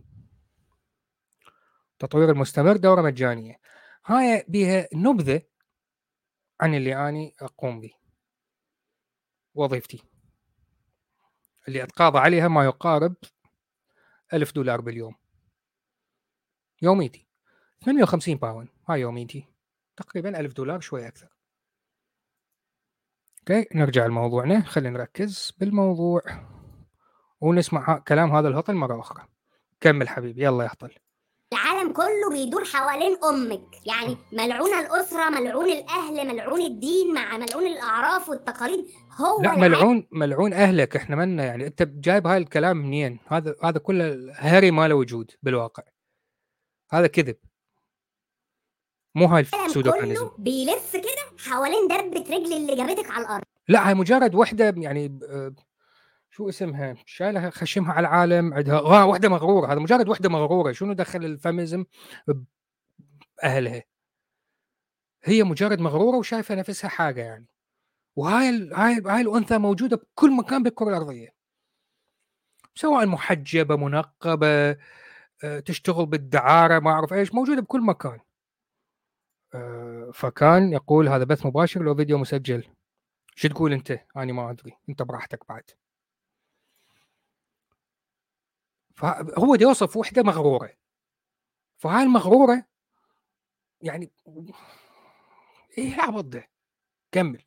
تطوير المستمر دورة مجانية. هاي بيها نبذة عن اللي أنا أقوم به، وظيفتي اللي أتقاضى عليها ما يقارب $1000 باليوم. يوميتي 58 باوند، هاي يوميتي تقريبا $1000 شوي أكثر. اوكي، نرجع لموضوعنا، خلينا نركز بالموضوع ونسمع كلام هذا الهطل مرة أخرى. كمل حبيبي، يلا يا هطل. العالم كله بيدور حوالين أمك، يعني ملعون الأسرة، ملعون الأهل، ملعون الدين، مع ملعون الأعراف والتقاليد. هو لا، ملعون أهلك. إحنا منا يعني أنت جايب هاي الكلام منين؟ هذا كله هري ما له وجود بالواقع، هذا كذب. مو هاي العالم السودو فيمينيزم. كله بيلف كده حوالين دربة رجل اللي جابتك على الارض. لا هاي مجرد وحده يعني شو اسمها، شايلها خشمها على العالم، عندها وحده مغروره. هذا مجرد وحده مغروره. شنو دخل الفيمينيزم باهلها؟ هي مجرد مغروره وشايفه نفسها حاجه يعني. هاي الانثى موجوده بكل مكان بالكره الارضيه، سواء محجبه منقبه تشتغل بالدعاره ما اعرف ايش، موجوده بكل مكان. فكان يقول هذا بث مباشر لو فيديو مسجل. شو تقول انت؟ انا ما ادري، انت براحتك بعد. فهو دي يوصف وحده مغروره، فهاي المغروره يعني ايه العبط ده؟ كمل.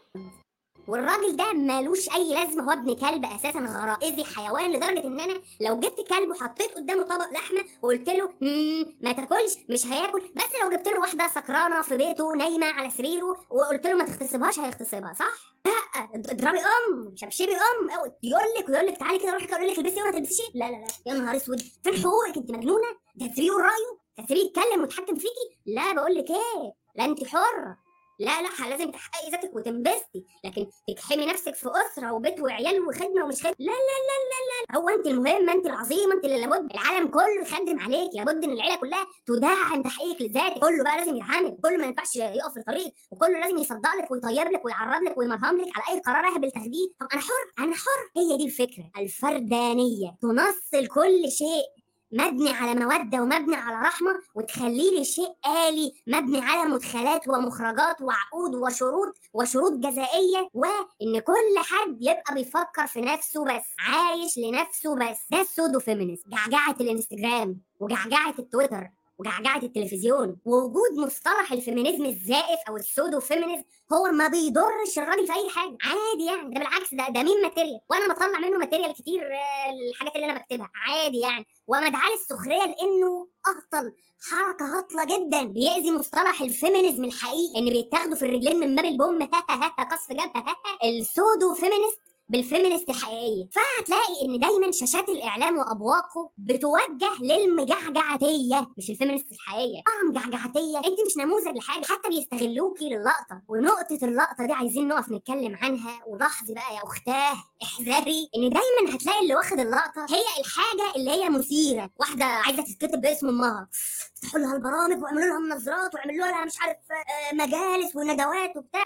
والراجل ده مالوش اي لازمه، هو ابن كلب اساسا، غرائزي حيوان، لدرجه ان انا لو جبت كلب وحطيت قدامه طبق لحمه وقلت له ما تاكلش مش هياكل، بس لو جبت له واحده سكرانه في بيته نايمه على سريره وقلت له ما تغتصبهاش هيغتصبها، صح؟ لا اضربي شبشبي يقول لك تعالي كده روحي اقول لك البسي وما تلبسيش، لا لا لا يا نهار اسود، فين حقوقك؟ انت مجنونه؟ ده هتسيبيه يقول رايه؟ هتسيبيه يتكلم ويتحكم فيكي؟ لا بقول لك ايه، لا انت حره، لا لازم تحققي ذاتك وتنبسطي، لكن تكحمي نفسك في اسره وبيت وعيال وخدمه ومش خدمه، لا هو انت المهمه، انت العظيمه، انت اللي لابد العالم كله يخدم عليك، لابد ان العيله كلها تدعم تحقيقك لذاتك، كله بقى لازم يدعمك، كله ما ينفعش يقف في الطريق، وكله لازم يصدق لك ويطيب لك ويعرض لك ويمرهم لك على اي قرار رايح بالتخدير. طب انا حر، هي دي الفكره، الفردانيه تنصل كل شيء مبني على مودة ومبني على رحمة، وتخليه لي شيء آلي مبني على مدخلات ومخرجات وعقود وشروط جزائية، وإن كل حد يبقى بيفكر في نفسه بس، عايش لنفسه بس. ده السودو فيمينيست، جعجعة الانستجرام وجعجعة التويتر وجعجعة التلفزيون، ووجود مصطلح الفيمينيزم الزائف أو السودو فيمينيزم هو ما بيضرش الراجل في أي حاجة، عادي يعني، ده بالعكس، ده مين ماتيريال، وأنا بطلع منه ماتيريال كتير، الحاجات اللي أنا بكتبها عادي يعني، ومدعاة السخريه لانه اهطل حركه هطله جدا بيأذي مصطلح الفيمينيزم الحقيقي، ان بيتاخدوا في الرجلين من باب البوم قصف جبهه السودو فيمينيست بالفيمينيست الحقيقيه. فهتلاقي ان دايما شاشات الاعلام وابواقه بتوجه للمجعجعتيه، مش الفيمينيست الحقيقيه، مجعجعتيه، انت مش نموذج لحاجه، حتى بيستغلوكي للقطه، ونقطه اللقطه دي عايزين نقف نتكلم عنها. ولاحظي بقى يا اختاه، احذري ان دايما هتلاقي اللي واخد اللقطه هي الحاجه اللي هي مثيره، واحده عايزه تتكتب باسم امها، افتحوا لها البرامج واعملوا لها مناظرات واعملوا لها مش عارف مجالس وندوات وبتاع.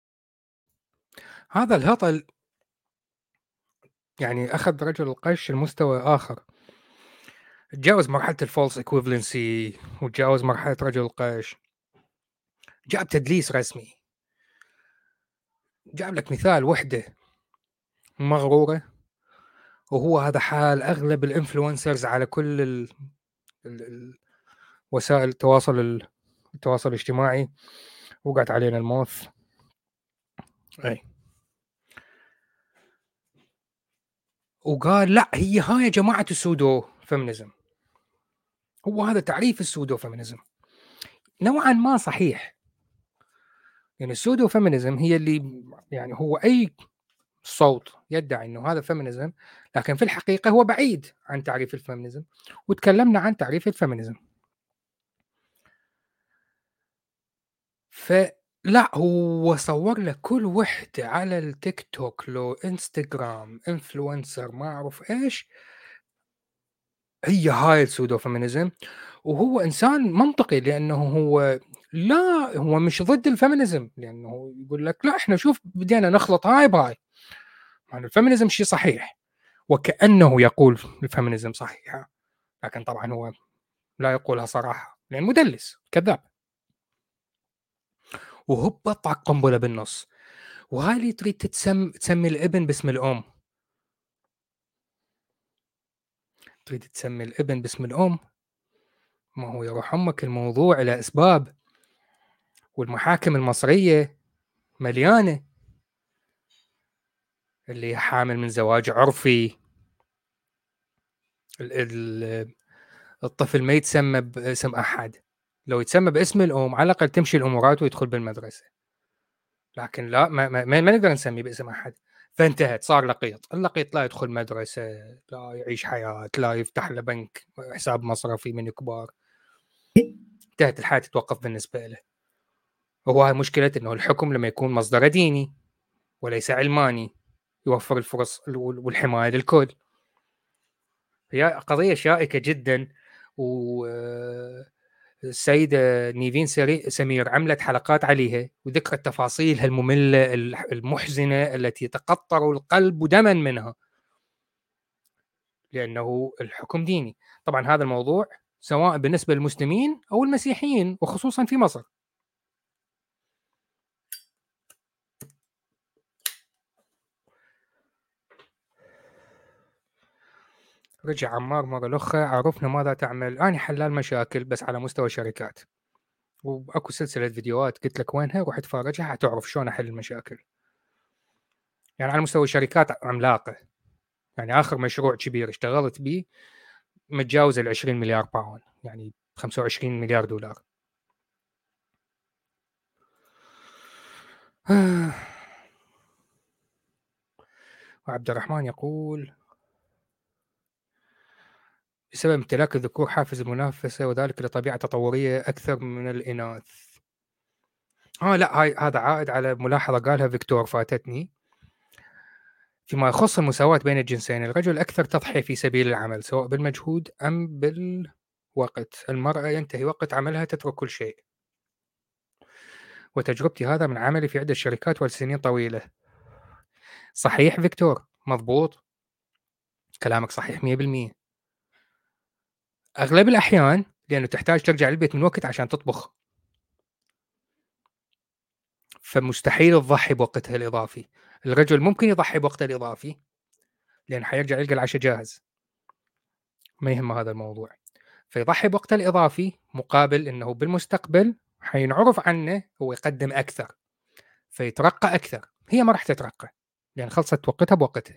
هذا الهطل يعني اخذ رجل القش لمستوى اخر، تجاوز مرحله الفولس ايكويفالنسي وتجاوز مرحله رجل القش، جاب تدليس رسمي. جاب لك مثال وحده مغروره، وهو هذا حال اغلب الانفلونسرز على كل وسائل التواصل الاجتماعي. وقعت علينا الموث. اي وقال لا هي هاي يا جماعه السودو فيمينيزم، هو هذا تعريف السودو فيمينيزم. نوعا ما صحيح، يعني السودو فيمينيزم هي اللي يعني هو اي صوت يدعي انه هذا فيمينيزم، لكن في الحقيقه هو بعيد عن تعريف الفيمينيزم. وتكلمنا عن تعريف الفيمينيزم. فلا هو صور لك كل وحده على التيك توك لو انستغرام انفلونسر ما اعرف ايش، هي هاي السودو فيمينيزم. وهو انسان منطقي، لانه هو لا هو مش ضد الفيمينيزم، لانه يقول لك لا احنا شوف بدينا نخلط هاي بهاي، يعني الفيمينيزم شيء صحيح، وكانه يقول الفيمينيزم صحيحه، لكن طبعا هو لا يقولها صراحه لان مدلس كذاب. وهوبا طاق قنبله بالنص. وهاي اللي تريد تسمي الابن باسم الام، تريد تسمي الابن باسم الام. ما هو يروح امك الموضوع الى اسباب، والمحاكم المصريه مليانه اللي حامل من زواج عرفي. الطفل ما يتسمى باسم احد، لو يتسمى باسم الام على الاقل تمشي الامورات ويدخل بالمدرسه، لكن لا ما نقدر نسميه باسم احد. فانتهت، صار لقيط. اللقيط لا يدخل مدرسه، لا يعيش حياه، لا يفتح له بنك حساب مصرفي من كبار. انتهت الحياة تتوقف بالنسبة له. وهو هاي مشكلة أنه الحكم لما يكون مصدره ديني وليس علماني يوفر الفرص والحماية للكل. هي قضية شائكة جدا. والسيدة نيفين سمير عملت حلقات عليها وذكرت تفاصيلها المملة المحزنة التي تقطر القلب دما منها، لأنه الحكم ديني. طبعا هذا الموضوع سواء بالنسبة للمسلمين أو المسيحيين وخصوصا في مصر. رجع عمار مرة الأخرى: عرفنا ماذا تعمل، أنا حلال مشاكل بس على مستوى شركات، وأكو سلسلة فيديوهات قلت لك وينها، روح اتفرجها حتعرف شلون أحل المشاكل. يعني على مستوى شركات عملاقة، يعني آخر مشروع كبير اشتغلت به متجاوز 20 مليار باوند، يعني 25 مليار دولار. وعبد الرحمن يقول: بسبب امتلاك الذكور حافز المنافسة وذلك لطبيعة تطورية أكثر من الإناث. لا، هذا عائد على ملاحظة قالها فيكتور فاتتني. فيما يخص المساواة بين الجنسين، الرجل أكثر تضحية في سبيل العمل سواء بالمجهود أم بالوقت. المرأة ينتهي وقت عملها تترك كل شيء. وتجربتي هذا من عملي في عدة شركات ولسنين طويلة. صحيح فيكتور، مضبوط، كلامك صحيح 100%. أغلب الأحيان لأنه تحتاج ترجع للبيت من وقت عشان تطبخ، فمستحيل تضحي بوقتها الإضافي. الرجل ممكن يضحي بوقته الإضافي لأن حيرجع يلقى العشاء جاهز، ما يهمه هذا الموضوع، فيضحي بوقته الإضافي مقابل أنه بالمستقبل حينعرف عنه هو يقدم أكثر فيترقى أكثر. هي ما راح تترقى لأن خلصت وقتها بوقتها.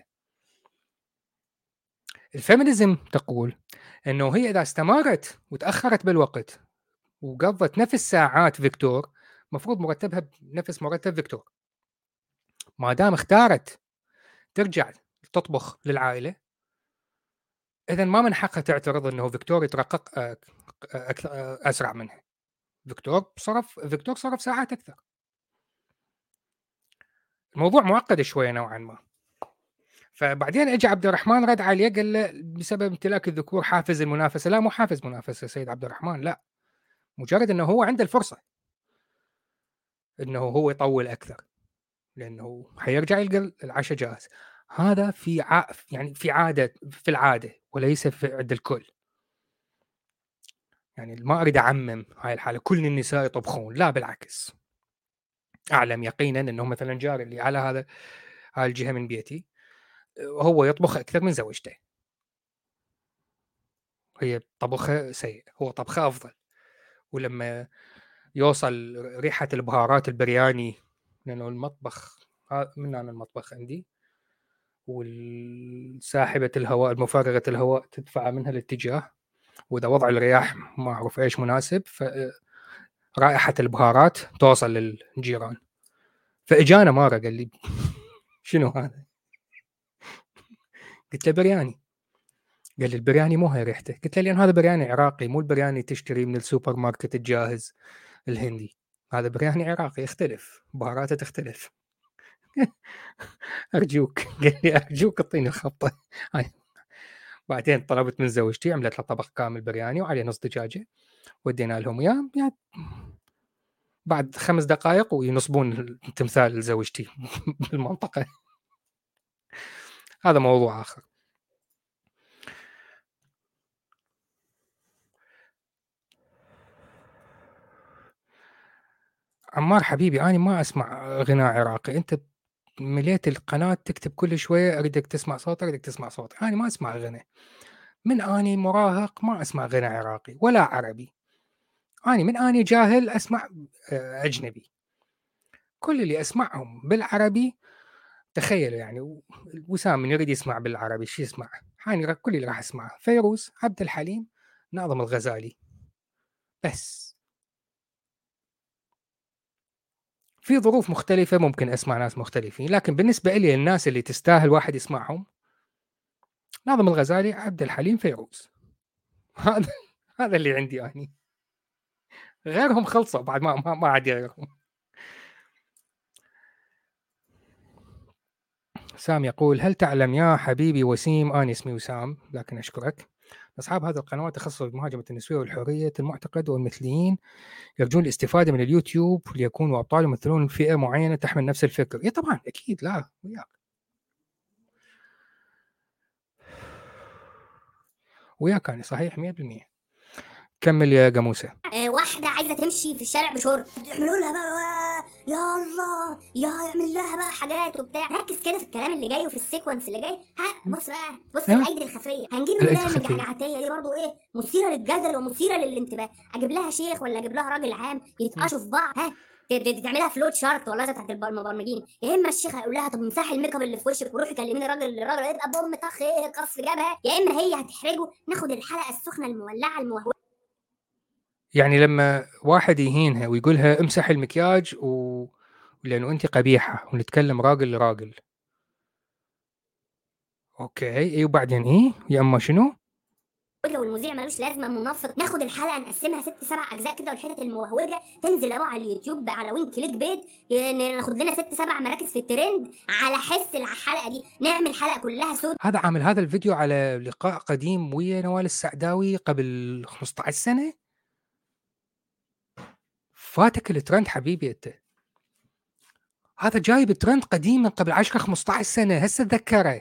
الفيمينيزم تقول أنه هي إذا استمرت وتأخرت بالوقت وقضت نفس ساعات فيكتور مفروض مرتبها بنفس مرتب فيكتور. ما دام اختارت ترجع تطبخ للعائلة، إذن ما من حقها تعترض أنه فيكتور يترقق أسرع منها. فيكتور صرف ساعات أكثر. الموضوع معقد شوية نوعا ما. فبعدين اجى عبد الرحمن رد عليه قال له بسبب امتلاك الذكور حافز المنافسة. لا، مو حافز منافسة سيد عبد الرحمن، لا، مجرد أنه هو عنده الفرصة أنه هو يطول أكثر لأنه حيرجع يلقى العشاء جاهز. هذا يعني في العادة وليس عند الكل. يعني ما أريد أعمم هاي الحالة كل النساء يطبخون، لا بالعكس. أعلم يقينا أنه مثلا جاري اللي على هاي الجهة من بيتي هو يطبخ أكثر من زوجته. هي طبخه سيء، هو طبخه أفضل. ولما يوصل ريحة البهارات البرياني، لأنه المطبخ من أنا المطبخ عندي والساحبة الهواء المفرغة الهواء تدفع منها الاتجاه، وإذا وضع الرياح ما أعرف إيش مناسب فرائحة البهارات توصل للجيران. فإجانا مارة قال لي شنو هذا؟ قلت له برياني. قال لي البرياني مو هاي ريحته. قلت له لأن هذا برياني عراقي، مو البرياني تشتري من السوبر ماركت الجاهز الهندي. هذا برياني عراقي يختلف، بهاراته تختلف. أرجوك قال لي أرجوك اعطيني الخبطة هاي. بعدين طلبت من زوجتي عملت له طبق كامل برياني وعليه نص دجاجة ودينا لهم إياه. يعني بعد 5 دقائق وينصبون تمثال لزوجتي بالمنطقة. هذا موضوع آخر. عمار حبيبي، أنا ما أسمع غناء عراقي. أنت مليت القناة تكتب كل شوية أريدك تسمع صوت أريدك تسمع صوت. أنا ما أسمع غناء. من أني مراهق ما أسمع غناء عراقي ولا عربي. أنا من أني جاهل أسمع أجنبي. كل اللي أسمعهم بالعربي تخيلوا يعني وسام من يريد يسمع بالعربي شو يسمع؟ أنا كل اللي راح أسمعه فيروز، عبد الحليم، ناظم الغزالي بس. في ظروف مختلفة ممكن أسمع ناس مختلفين، لكن بالنسبة لي الناس اللي تستاهل واحد يسمعهم ناظم الغزالي، عبد الحليم، فيروز. هذا اللي عندي أنا. غيرهم خلصوا بعد ما عاد غيرهم. سام يقول هل تعلم يا حبيبي وسيم، أنا اسمي وسام لكن أشكرك، أصحاب هذه القنوات تخصص بمهاجمة النسوية والحرية المعتقد والمثليين يرجون الاستفادة من اليوتيوب ليكونوا أبطال يمثلون فئة معينة تحمل نفس الفكر. إيه طبعا أكيد، لا وياك كان صحيح 100%. كمل يا قاموسة. واحدة عايزة تمشي في الشارع بشورت، يعملوا لها بقى يا الله يا يعمل لها بقى حاجات وبتاع. ركز كده في الكلام اللي جاي وفي السيكونس اللي جاي. بص بقى، بص الايدي الخفية. هنجيب الأيدي اللي الخفية. الجعجعتية دي برضو ايه، مثيرة للجدل ومثيرة للانتباه. اجيب لها شيخ ولا اجيب لها راجل عام يتقاشوا في بعض، تعملها فلوت شارت ولا بتاعت المبرمجين. يا اما الشيخ هيقول لها طب مسحي الميك اب اللي في وشك وروحي كلميني الراجل هيبقى بوم طخ ايه قص في جبهه، يا اما هي هتحرجه. ناخد الحلقه السخنه المولعه الموهوه. يعني لما واحد يهينها ويقولها امسح المكياج لأنه أنت قبيحة، ونتكلم راجل لراجل، أوكي إيه وبعدين إيه يا أما شنو؟ والمذيع ملوش لازمه منافق. ناخد الحلقه نقسمها 6-7 اجزاء كده، والحتت الموهوجه تنزل اهو على اليوتيوب على وين كليك بيت، ناخد لنا 6-7 مراكز في الترند على حس الحلقه دي. نعمل حلقه كلها سود. هذا عامل هذا الفيديو على لقاء قديم ويا نوال السعداوي قبل 15 سنة. فاتك الترند حبيبي أنت، هذا جايب ترند قديم من قبل 10-15 سنة هسه تذكره.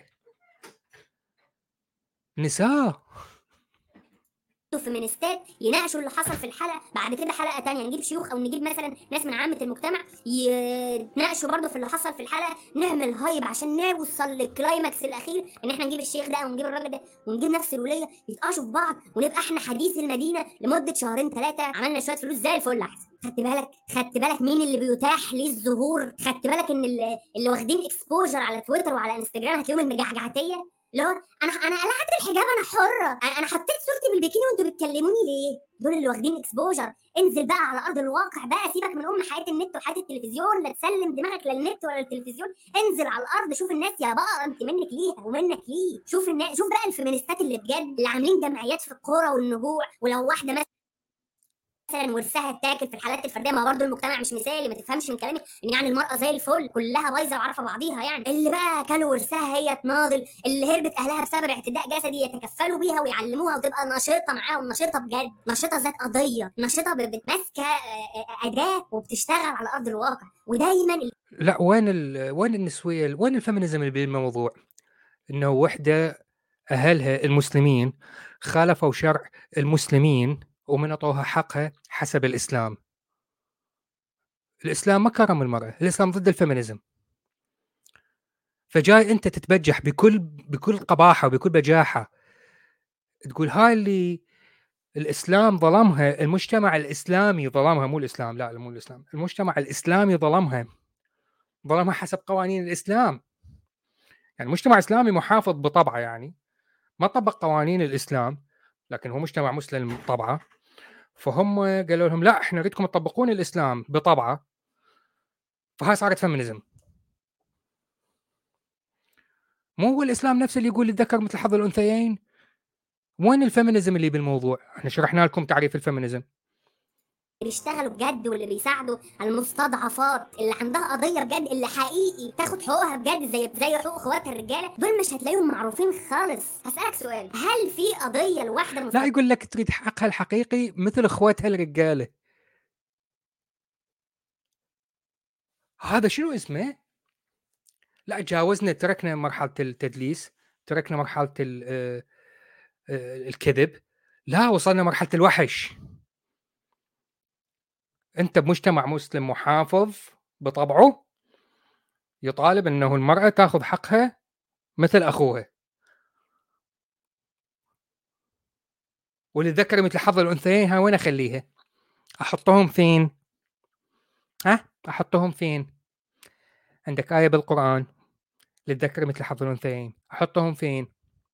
نساء فيمينيستات يناقشوا اللي حصل في الحلقه، بعد كده حلقه تانية نجيب شيوخ او نجيب مثلا ناس من عامه المجتمع يتناقشوا برضه في اللي حصل في الحلقه. نعمل هايب عشان نوصل للكلايماكس الاخير، ان احنا نجيب الشيخ ده ونجيب الراجل ده ونجيب نفس الوليه يتقاشوا في بعض، ونبقى احنا حديث المدينه لمده 2-3 شهور. عملنا شويه فلوس زي الفل احسن. خدت بالك مين اللي بيتاح ليه الظهور؟ خدت بالك ان اللي واخدين اكسبوجر على تويتر وعلى انستجرام هتلاقيهم المجعجعتيه. لا انا قلعت الحجاب، انا حره، انا حطيت صورتي بالبيكيني وانتوا بتكلموني ليه؟ دول اللي واخدين اكسبوجر. انزل بقى على ارض الواقع بقى، سيبك من حياه النت وحياه التلفزيون، لا تسلم دماغك للنت ولا للتلفزيون. انزل على الارض، شوف الناس يا بقى، انت منك ليها ومنك ليه. شوف الناس، شوف بقى الفيمينيستات اللي بجد اللي عاملين جمعيات في القرى والنجوع. ولو واحده مثلا ورثها اتاكل في الحالات الفرديه، ما برضه المجتمع مش مثالي، ما تفهمش من كلامي ان يعني المراه زي الفل كلها بايظه وعارفه بعضيها. يعني اللي بقى كانوا ورثها هي تناضل، اللي هربت اهلها بسبب اعتداء جسدي يتكفلوا بيها ويعلموها وتبقى نشيطه معاهم، نشيطه بجد، نشيطه ذات قضيه، نشيطه ماسكه اداه وبتشتغل على ارض الواقع. ودايما لا، وين النسوية، وين الفيمينيزم اللي بالموضوع؟ انه وحده اهلها المسلمين خالفوا شرع المسلمين ومنطوها حقها حسب الاسلام. الاسلام ما كرم المراه، الاسلام ضد الفيمينيزم. فجاي انت تتبجح بكل قباحه وبكل بجاحه تقول هاي اللي الاسلام ظلمها، المجتمع الاسلامي ظلمها، مو الاسلام، لا مو الاسلام، المجتمع الاسلامي ظلمها حسب قوانين الاسلام. يعني مجتمع اسلامي محافظ بطبعه، يعني ما طبق قوانين الاسلام، لكن هو مجتمع مسلم طبعه. فهم قالوا لهم لا احنا نريدكم تطبقون الاسلام بطبعه، فهاي صارت فيمينيزم. مو هو الاسلام نفسه اللي يقول الذكر مثل حظ الانثيين؟ وين الفيمينيزم اللي بالموضوع؟ احنا شرحنا لكم تعريف الفيمينيزم. بيشتغلوا بجد واللي بيساعدوا المستضعفات اللي عندها قضيه بجد، اللي حقيقي تاخد حقوقها بجد زي حقوق اخواتها الرجاله، دول مش هتلاقيهم معروفين خالص. هسألك سؤال، هل في قضيه لواحده لا يقول لك تريد حقها الحقيقي مثل اخواتها الرجاله، هذا شنو اسمه؟ لا جاوزنا، تركنا مرحله التدليس، تركنا مرحله الكذب، لا وصلنا مرحله الوحش. انت بمجتمع مسلم محافظ بطبعه يطالب انه المراه تاخذ حقها مثل اخوها، وللذكر مثل حظ الانثيين. ها وين اخليها؟ احطهم فين؟ احطهم فين؟ عندك ايه بالقران للذكر مثل حظ الانثيين، احطهم فين؟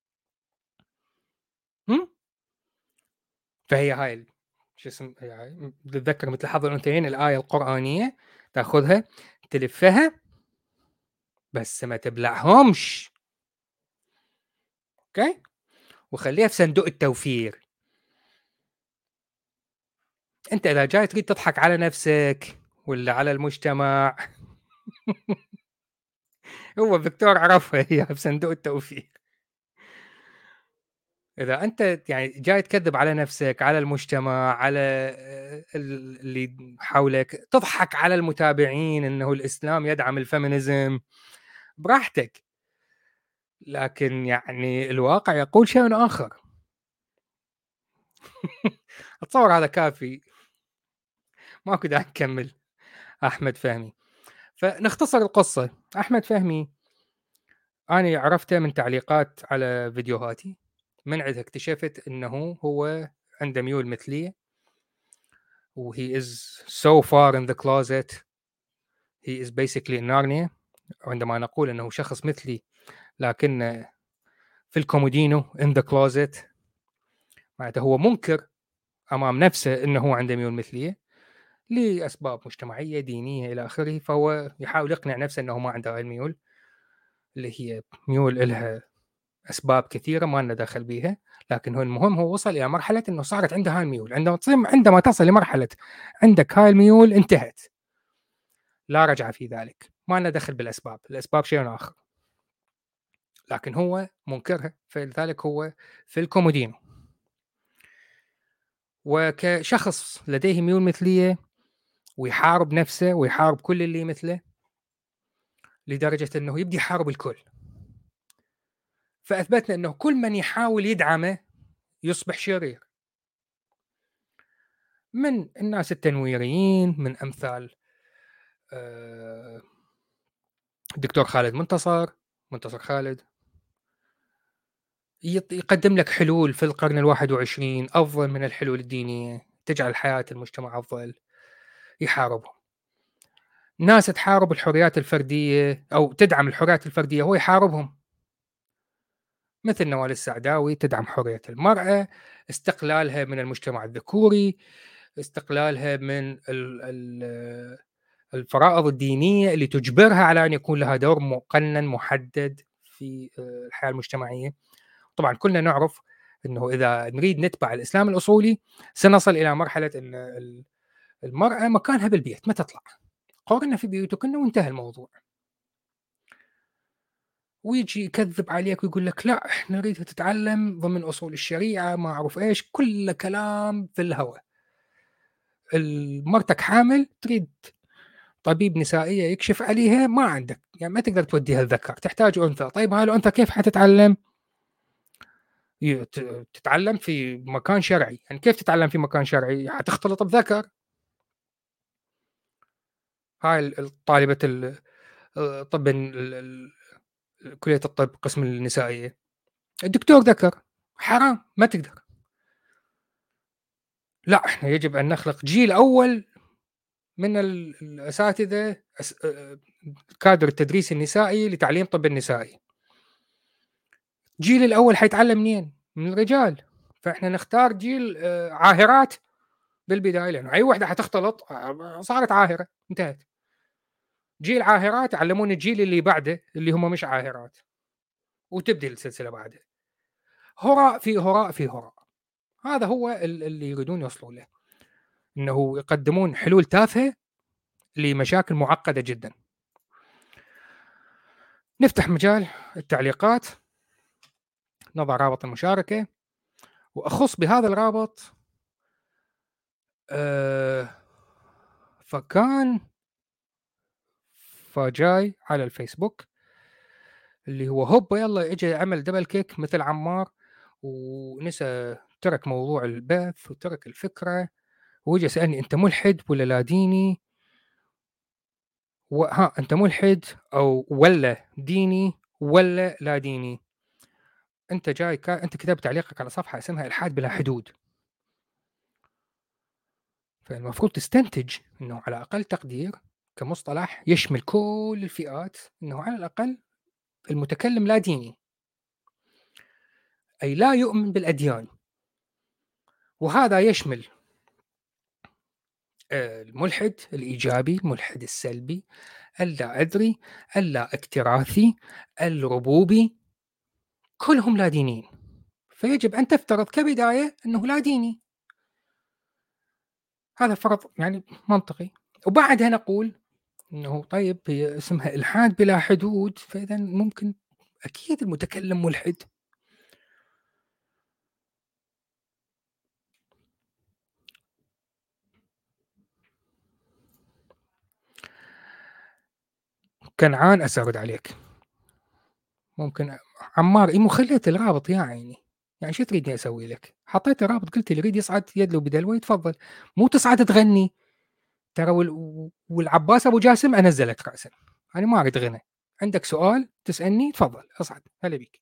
فهي هاي شو اسم يعني للذكر مثل حظ الانثيين، الايه القرانيه تاخذها تلفها بس ما تبلعهمش، اوكي، وخليها في صندوق التوفير. أنت إذا جاي تريد تضحك على نفسك ولا على المجتمع هو فيكتور عرفها هي بصندوق التوفيق. إذا أنت يعني جاي تكذب على نفسك، على المجتمع، على اللي حولك، تضحك على المتابعين إنه الإسلام يدعم الفيمينيزم، براحتك. لكن يعني الواقع يقول شيء آخر. أتصور هذا كافي، ماكو داعي نكمل. أحمد فهمي. فنختصر القصة. أحمد فهمي أنا عرفته من تعليقات على فيديوهاتي، من عندها اكتشفت إنه هو عنده ميول مثلية، و he is so far in the closet, he is basically in Narnia. عندما نقول إنه شخص مثلي لكن في الكومودينو in the closet، معناته هو منكر أمام نفسه إنه هو عنده ميول مثلية لأسباب مجتمعية دينية إلى آخره، فهو يحاول يقنع نفسه إنه ما عنده هاي الميول، اللي هي ميول إلها أسباب كثيرة ما لنا دخل بيها. لكن هو المهم هو وصل إلى مرحلة إنه صارت عنده هاي الميول. عندما تصل لمرحلة عندك هاي الميول انتهت، لا رجعة في ذلك، ما لنا دخل بالأسباب، الأسباب شيء آخر، لكن هو منكرها، فلذلك هو في الكومودينو. وكشخص لديه ميول مثلية ويحارب نفسه ويحارب كل اللي مثله، لدرجة أنه يبدي يحارب الكل. فأثبتنا أنه كل من يحاول يدعمه يصبح شرير، من الناس التنويريين، من أمثال الدكتور خالد منتصر خالد، يقدم لك حلول في القرن ال21 أفضل من الحلول الدينية تجعل حياة المجتمع أفضل، يحاربهم. ناس تحارب الحريات الفردية أو تدعم الحريات الفردية هو يحاربهم، مثل نوال السعداوي تدعم حرية المرأة، استقلالها من المجتمع الذكوري، استقلالها من الفرائض الدينية اللي تجبرها على أن يكون لها دور مقنن محدد في الحياة المجتمعية. طبعا كلنا نعرف أنه إذا نريد نتبع الإسلام الأصولي سنصل إلى مرحلة أن المرأة مكانها بالبيت، ما تطلع، قرنا في بيوتكن وانتهى الموضوع. ويجي يكذب عليك ويقول لك لا احنا نريدها تتعلم ضمن اصول الشريعه، ما اعرف ايش، كل كلام في الهواء. مرتك حامل تريد طبيب نسائيه يكشف عليها، ما عندك، يعني ما تقدر توديها الذكر، تحتاج انثى. طيب هاي الانثى كيف حتتعلم؟ تتعلم في مكان شرعي. يعني كيف تتعلم في مكان شرعي؟ حتختلط بذكر. هاي طالبه طب كليه الطب قسم النسائيه، الدكتور ذكر، حرام ما تقدر. لا احنا يجب ان نخلق جيل اول من الاساتذه، كادر التدريس النسائي لتعليم طب النسائي. الجيل الاول حيتعلم منين؟ من الرجال. فاحنا نختار جيل عاهرات بالبدايه، لانه اي وحده حتختلط صارت عاهره، انتهت. جيل عاهرات يعلمون الجيل اللي بعده اللي هم مش عاهرات، وتبدي السلسله بعده. هراء في هراء في هراء. هذا هو اللي يريدون يوصلوا له، انه يقدمون حلول تافهه لمشاكل معقده جدا. نفتح مجال التعليقات، نضع رابط المشاركة، وأخص بهذا الرابط فكان فجاي على الفيسبوك اللي هو هوب يلا اجى عمل دبل كيك مثل عمار، ونسى ترك موضوع البث وترك الفكرة، وجي سألني أنت ملحد ولا لا ديني؟ ها أنت ملحد أو ولا ديني ولا لا ديني؟ أنت جاي أنت كتبت تعليقك على صفحة اسمها إلحاد بلا حدود، فالمفروض تستنتج أنه على أقل تقدير كمصطلح يشمل كل الفئات، أنه على الأقل المتكلم لا ديني، أي لا يؤمن بالأديان. وهذا يشمل الملحد الإيجابي، الملحد السلبي، اللا أدري، اللا اكتراثي، الربوبي، كلهم لا دينيين. فيجب أن تفترض كبداية أنه لا ديني. هذا فرض يعني منطقي. وبعدها نقول انه طيب هي اسمها الحاد بلا حدود، فاذا ممكن اكيد المتكلم ملحد. كنعان اسرد عليك، ممكن عمار مو خليت الرابط يا عيني، يعني شو تريدني اسوي لك؟ حطيت الرابط قلت اللي يريد يصعد يدلو بدلوه يتفضل، مو تصعد تغني ترى. والعباس ابو جاسم انزلك راسا، انا ما اريد غنى. عندك سؤال تسالني تفضل اصعد، هلا بيك.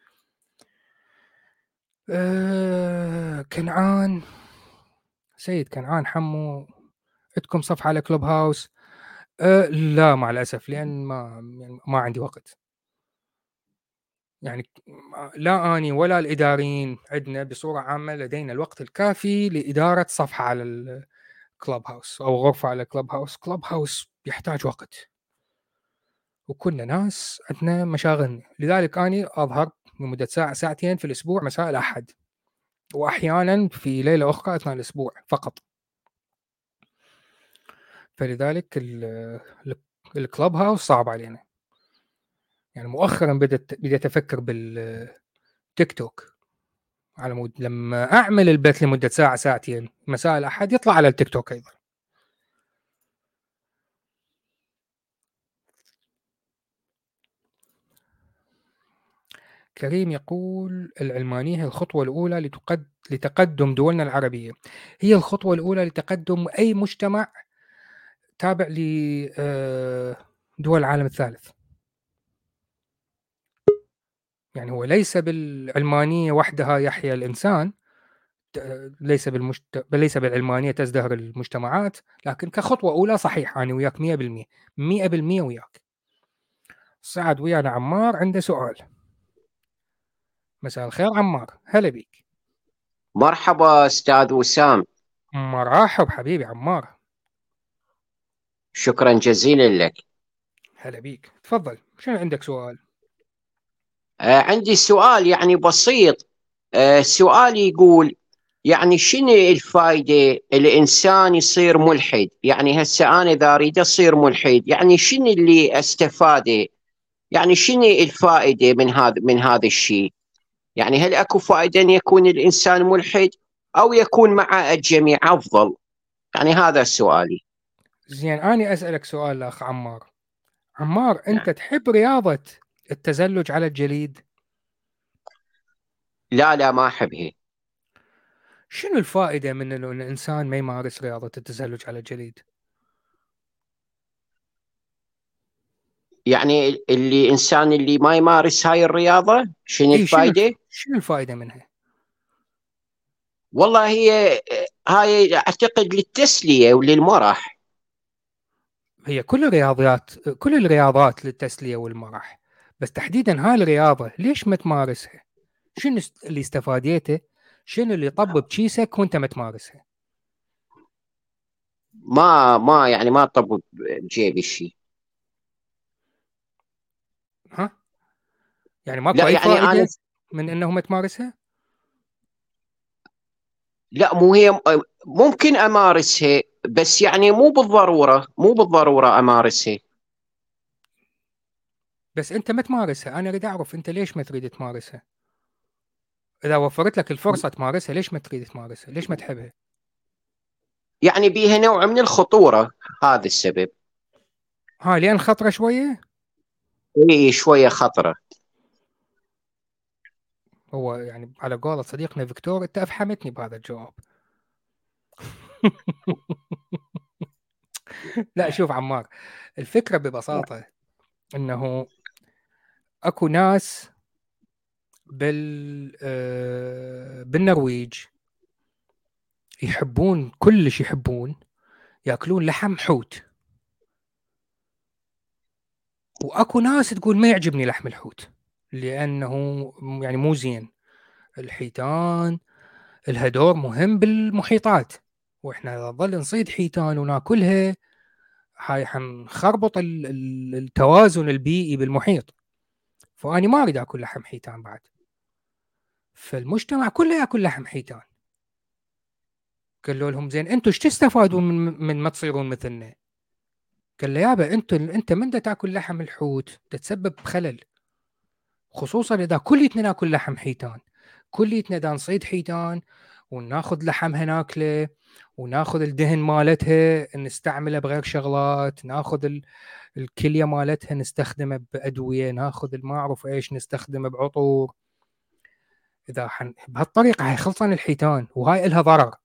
كنعان، سيد كنعان حمو، عندكم صفحه على كلوب هاوس؟ لا مع الاسف، لان يعني ما عندي وقت. يعني لا اني ولا الاداريين عندنا بصوره عامه لدينا الوقت الكافي لاداره صفحه على الكلوب هاوس او غرفه على كلوب هاوس. كلوب هاوس يحتاج وقت، وكنا ناس عندنا مشاغل، لذلك اني اظهر لمده ساعه ساعتين في الاسبوع مساء الاحد، واحيانا في ليله اخرى اثناء الاسبوع فقط. فلذلك الكلوب هاوس صعب علينا. يعني مؤخرا بدأت افكر بالتيك توك، على مود لما اعمل البث لمده ساعه ساعتين مساء الاحد يطلع على التيك توك ايضا. كريم يقول العلمانية هي الخطوة الأولى لتقدم دولنا العربية، هي الخطوة الأولى لتقدم أي مجتمع تابع لدول العالم الثالث. يعني هو ليس بالعلمانية وحدها يحيا الإنسان، ليس بالعلمانية تزدهر المجتمعات، لكن كخطوة أولى صحيح أنا وياك 100%، 100% وياك. سعد ويانا عمار عنده سؤال. مساء الخير عمار، هلا بيك. مرحبا أستاذ وسام. مرحب حبيبي عمار. شكرا جزيلا لك. هلا بيك، تفضل شنو عندك سؤال؟ عندي سؤال يعني بسيط. سؤال يقول يعني شنو الفائدة الإنسان يصير ملحد؟ يعني هسه أنا إذا أريد أصير ملحد يعني شنو اللي أستفاده؟ يعني شنو الفائدة من هذا الشيء؟ يعني هل أكو فائدة أن يكون الإنسان ملحد أو يكون مع الجميع أفضل؟ يعني هذا سؤالي. زين أنا أسألك سؤال أخ عمار. عمار أنت نعم. تحب رياضة التزلج على الجليد؟ لا لا ما أحبها. شنو الفائدة من إنه الإنسان ما يمارس رياضة التزلج على الجليد؟ يعني الإنسان اللي ما يمارس هاي الرياضة شنو إي الفائدة؟ شنو الفائدة منها؟ والله هاي أعتقد للتسلية وللمرح. هي كل الرياضات للتسلية والمرح، بس تحديدا هاي الرياضة ليش ما تمارسها؟ شنو اللي استفاديته؟ شنو اللي طب بكيسك وانت ما تمارسها؟ ما يعني ما طب بجيبي شيء. ها؟ يعني ماكو لا أي يعني أنا، فائدة من إنه ما تمارسها؟ لا مو هي، ممكن أمارسها بس يعني مو بالضرورة أمارسها. بس انت ما تمارسها، انا اريد اعرف انت ليش ما تريد تمارسها؟ اذا وفرت لك الفرصه تمارسها ليش ما تريد تمارسها؟ ليش ما تحبها؟ يعني بيها نوع من الخطورة، هذا السبب. لان خطره شويه. هي شوية خطرة. هو يعني على قولة صديقنا فيكتور انت افحمتني بهذا الجواب. لا شوف عمار، الفكره ببساطه انه اكو ناس بالنرويج يحبون كلش يحبون ياكلون لحم حوت، واكو ناس تقول ما يعجبني لحم الحوت لانه يعني مو زين. الحيتان لها دور مهم بالمحيطات، واحنا اذا نظل نصيد حيتان وناكلها هاي حنخربط التوازن البيئي بالمحيط. فاني ما اريد اكل لحم حيتان بعد، فالمجتمع كله ياكل لحم حيتان. قالوا لهم زين انتم ايش تستفادون من ما تصيرون مثلنا؟ قال له يابا انت من دا تاكل لحم الحوت تتسبب بخلل، خصوصا اذا كليتنا ناكل لحم حيتان، كليتنا دا نصيد حيتان وناخذ لحمها ناكله وناخذ الدهن مالتها نستعمله بغير شغلات، ناخذ الكليه مالتها نستخدمه بادويه، ناخذ ما اعرف ايش نستخدمه بعطور. اذا بهالطريقه هاي خلصان الحيتان وهاي لها ضرر.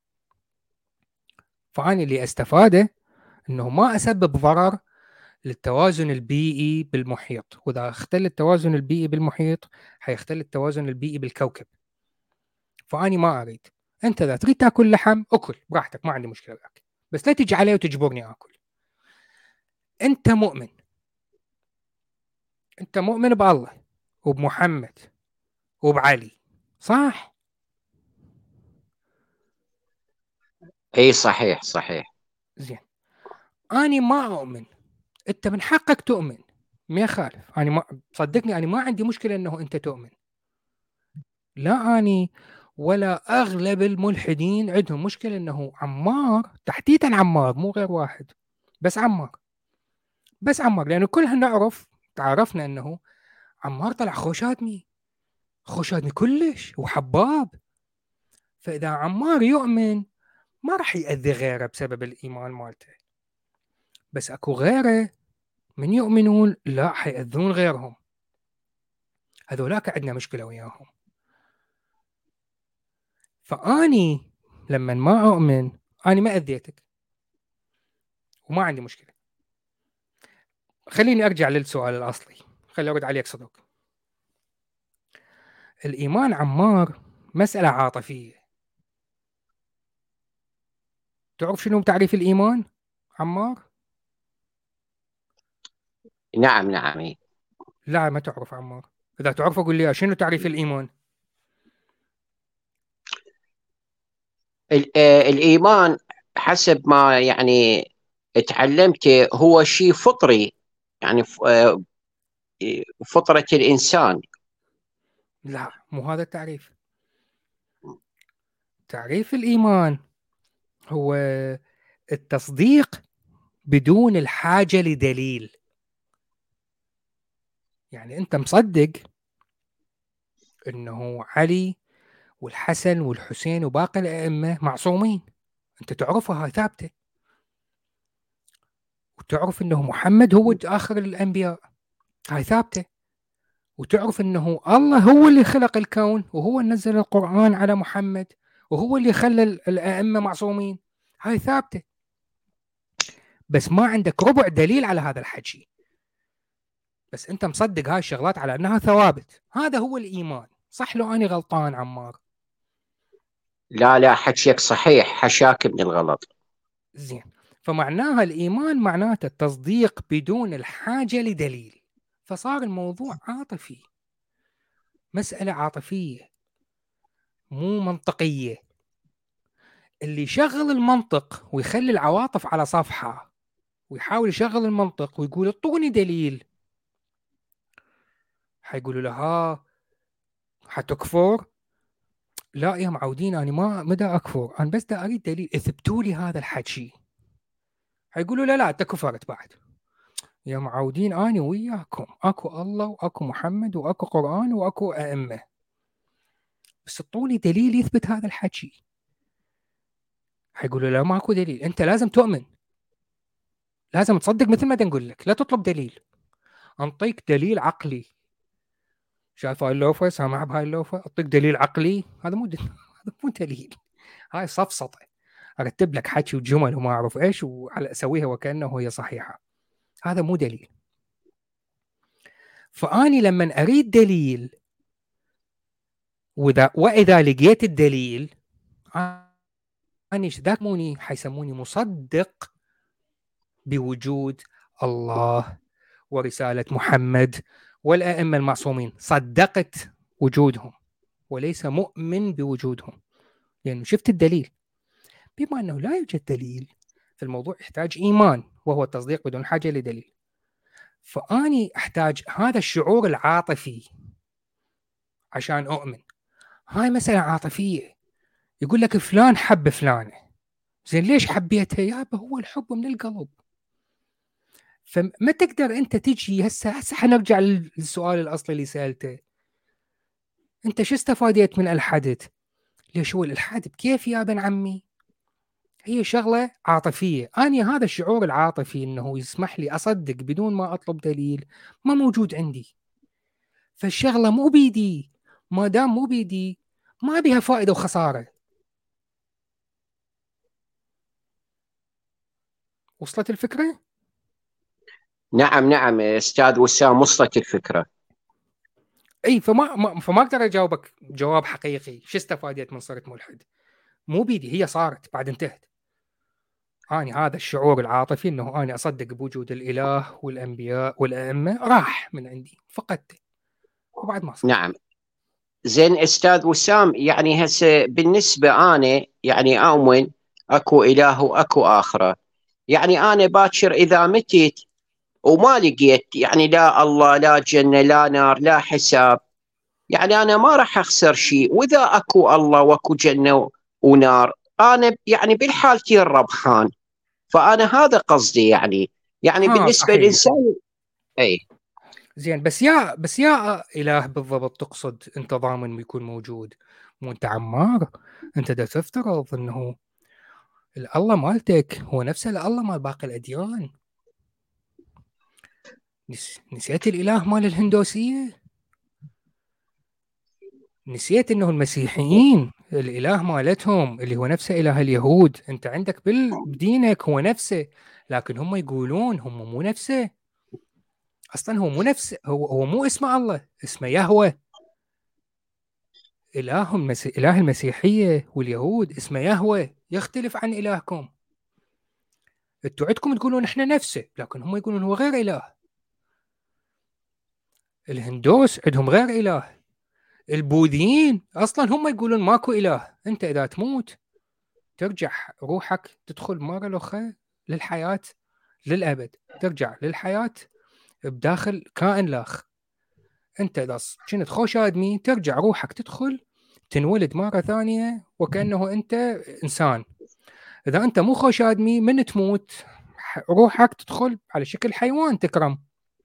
فاني اللي استفاده انه ما اسبب ضرر للتوازن البيئي بالمحيط، واذا اختل التوازن البيئي بالمحيط حيختل التوازن البيئي بالكوكب. فاني ما اريد. انت اذا تريد تاكل لحم اكل براحتك، ما عندي مشكله معك، بس لا تجي علي وتجبرني اكل. انت مؤمن، انت مؤمن بالله وبمحمد وبعلي، صح؟ اي صحيح صحيح. زين، اني ما اؤمن، انت من حقك تؤمن، ما يخالف. انا ما صدقني، انا ما عندي مشكله انه انت تؤمن. لا اني ولا اغلب الملحدين عندهم مشكله انه عمار، تحديدا عمار مو غير واحد، بس عمار، بس عمار، لانه كلنا نعرف، تعرفنا انه عمار طلع خوشاتني، خوشاتني كلش وحباب. فاذا عمار يؤمن ما راح يأذي غيره بسبب الايمان مالته، بس اكو غيره من يؤمنون لا حيأذون غيرهم، هذولاك عندنا مشكله وياهم. فاني لما ما اؤمن اني ما اذيتك وما عندي مشكله. خليني ارجع للسؤال الاصلي، خليني ارد عليك صدق. الايمان عمار مساله عاطفيه. تعرف شنو تعريف الايمان عمار؟ نعم نعم. إيه. لا ما تعرف عمار. اذا تعرف قول لي شنو تعريف الايمان. الإيمان حسب ما يعني تعلمته هو شيء فطري، يعني فطرة الإنسان. لا مو هذا التعريف. تعريف الايمان هو التصديق بدون الحاجه لدليل. يعني انت مصدق انه علي والحسن والحسين وباقي الائمه معصومين، انت تعرفها هاي ثابته، وتعرف انه محمد هو اخر الانبياء، هاي ثابته، وتعرف انه الله هو اللي خلق الكون وهو اللي نزل القرآن على محمد وهو اللي خلى الائمه معصومين، هاي ثابته. بس ما عندك ربع دليل على هذا الحكي، بس انت مصدق هاي الشغلات على انها ثوابت. هذا هو الايمان. صح لو اني غلطان عمار؟ لا لا، حكيك صحيح، حشاك من الغلط. زين، فمعناها الايمان معناته التصديق بدون الحاجه لدليل. فصار الموضوع عاطفي، مساله عاطفيه مو منطقيه. اللي يشغل المنطق ويخلي العواطف على صفحه ويحاول يشغل المنطق ويقول اعطوني دليل، حيقولوا له ها حتكفر. لا يا معودين، انا ما مدى اكفر، انا بس دا اريد دليل، اثبتوا لي هذا الحكي. حيقولوا لا لا انت كفرت بعد. يا معودين انا وياكم، اكو الله واكو محمد واكو قرآن واكو ائمه، بس اعطوني دليل يثبت هذا الحكي. حيقولوا لا ماكو دليل، انت لازم تؤمن، لازم تصدق مثل ما نقول لك، لا تطلب دليل. انطيك دليل عقلي، شايف هاي اللوفه، سامعها بهاي اللوفه، اعطيك دليل عقلي، هذا مو هذا مو دليل، هاي صفصطه، ارتب لك حكي وجمل وما اعرف ايش وعلى اسويها وكانه هي صحيحه، هذا مو دليل. فاني لما اريد دليل واذا لقيت الدليل، اني ذاك موني حيسموني مصدق بوجود الله ورساله محمد والائمه المعصومين، صدقت وجودهم وليس مؤمن بوجودهم، لانه شفت الدليل. بما انه لا يوجد دليل فالموضوع يحتاج ايمان، وهو التصديق بدون حاجه لدليل. فاني احتاج هذا الشعور العاطفي عشان اؤمن. هاي مساله عاطفيه، يقول لك فلان حب فلانه، زين ليش حبيتها؟ يابا هو الحب من القلب. فما تقدر انت تجي هسه حنرجع للسؤال الاصلي اللي سالته، انت شو استفاديت من الحدث؟ ليش هو الالحاد بكيف يا ابن عمي؟ هي شغله عاطفيه، اني هذا الشعور العاطفي انه يسمح لي اصدق بدون ما اطلب دليل ما موجود عندي. فالشغله مو بيدي، ما دام مو بيدي ما بيها فائده وخساره. وصلت الفكره؟ نعم نعم استاذ وسام، وصلت الفكره. اي فما اقدر اجاوبك جواب حقيقي شو استفادت من صرت ملحد. مو بيدي، هي صارت بعد انتهت. اني هذا الشعور العاطفي انه اني اصدق بوجود الاله والانبياء والائمه راح من عندي، فقدته وبعد ما صار. نعم زين استاذ وسام، يعني هسه بالنسبه انا يعني اؤمن اكو اله واكو اخره. يعني انا باكر اذا متت وما لقيت يعني لا الله لا جنه لا نار لا حساب، يعني انا ما راح اخسر شيء. واذا اكو الله واكو جنه ونار، انا يعني بالحالتين ربحان. فانا هذا قصدي يعني ها بالنسبه صحيح. للانسان. اي زين بس يا اله بالضبط تقصد انت ضامن بيكون موجود؟ مو انت عمار، انت دا تفترض انه الله مالتك هو نفسه الله مال باقي الاديان. نسيت الاله مال الهندوسيه؟ نسيت انه المسيحيين الاله مالتهم اللي هو نفسه اله اليهود انت عندك بدينك هو نفسه، لكن هم يقولون هم مو نفسه. اصلا هو مو نفسه، هو مو اسمه الله، اسمه يهوه. اله المسيحيه واليهود اسمه يهوه، يختلف عن الهكم. انتوا عندكم تقولون احنا نفسه، لكن هم يقولون هو غير اله. الهندوس عندهم غير اله. البوذيين اصلا هم يقولون ماكو اله، انت اذا تموت ترجع روحك تدخل مرة الأخرى للحياة للأبد، ترجع للحياة بداخل كائن لاخ. أنت إذا كنت خوش آدمي ترجع روحك تدخل تنولد مرة ثانية وكأنه أنت إنسان. إذا أنت مو خوش آدمي من تموت روحك تدخل على شكل حيوان تكرم.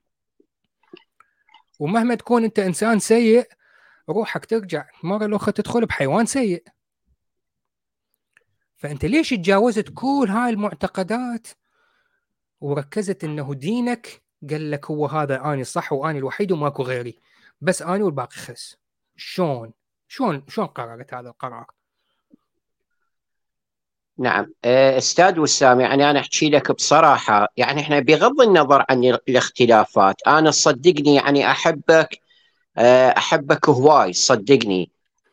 ومهما تكون أنت إنسان سيء روحك ترجع مرة الأخرى تدخل بحيوان سيء. فأنت ليش تجاوزت كل هاي المعتقدات وركزت انه دينك قال لك هو هذا اني الصح واني الوحيد وماكو غيري، بس اني والباقي خس؟ شلون قررت هذا القرار؟ نعم استاذ وسام، يعني انا احكي لك بصراحه، يعني احنا بغض النظر عن الاختلافات انا صدقني يعني احبك، احبك هواي صدقني.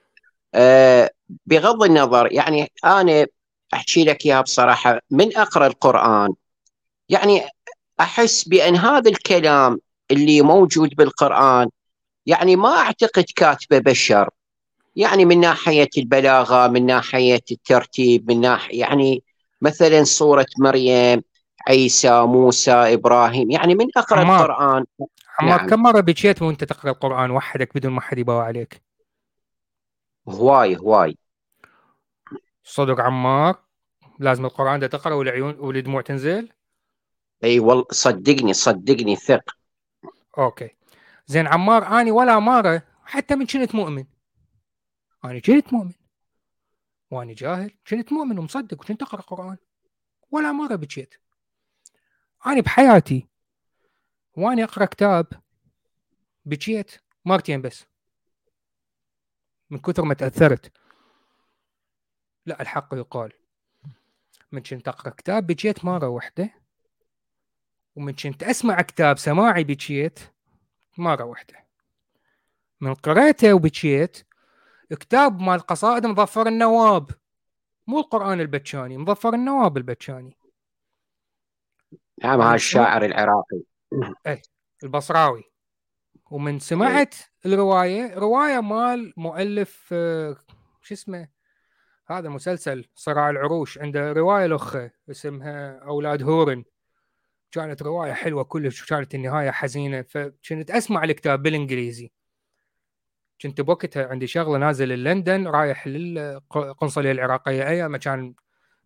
بغض النظر يعني انا احكي لك اياها بصراحه، من اقرا القران يعني احس بان هذا الكلام اللي موجود بالقران يعني ما اعتقد كاتبه بشر. يعني من ناحيه البلاغه، من ناحيه الترتيب، من ناحيه يعني مثلا سوره مريم، عيسى، موسى، ابراهيم، يعني من اقرا عمار القران. عمار نعم كم مره بكيت وانت تقرا القران وحدك بدون ما حد يباوع عليك؟ هواي هواي. صدق عمار؟ لازم القران ده تقرا والعيون والدموع تنزل؟ اي والله صدقني صدقني ثق. اوكي. زين عمار، اني ولا مره حتى من كنت مؤمن، اني كنت مؤمن واني جاهل كنت مؤمن ومصدق وكنت اقرا قران، ولا مره بكيت. اني بحياتي واني اقرا كتاب بكيت مرتين بس من كثر ما تاثرت. لا الحق يقال، من كنت اقرا كتاب بكيت مره واحده، ومن كنت اسمع كتاب سماعي بكيت مره واحده. من قريته وبكيت كتاب مال قصائد مظفر النواب، مو القرآن البتشاني، مظفر النواب البتشاني. نعم هذا ومن سمع الشاعر العراقي. اي البصراوي. ومن اي سمعت رواية مال مؤلف شو اسمه هذا مسلسل صراع العروش، عنده رواية الأخرى اسمها أولاد هورن. كانت رواية حلوة كلش، كانت النهاية حزينة، فكنت أسمع الكتاب بالإنجليزي. كنت بوقتها عندي شغلة نازل لندن رايح للقنصلية العراقية أيام كان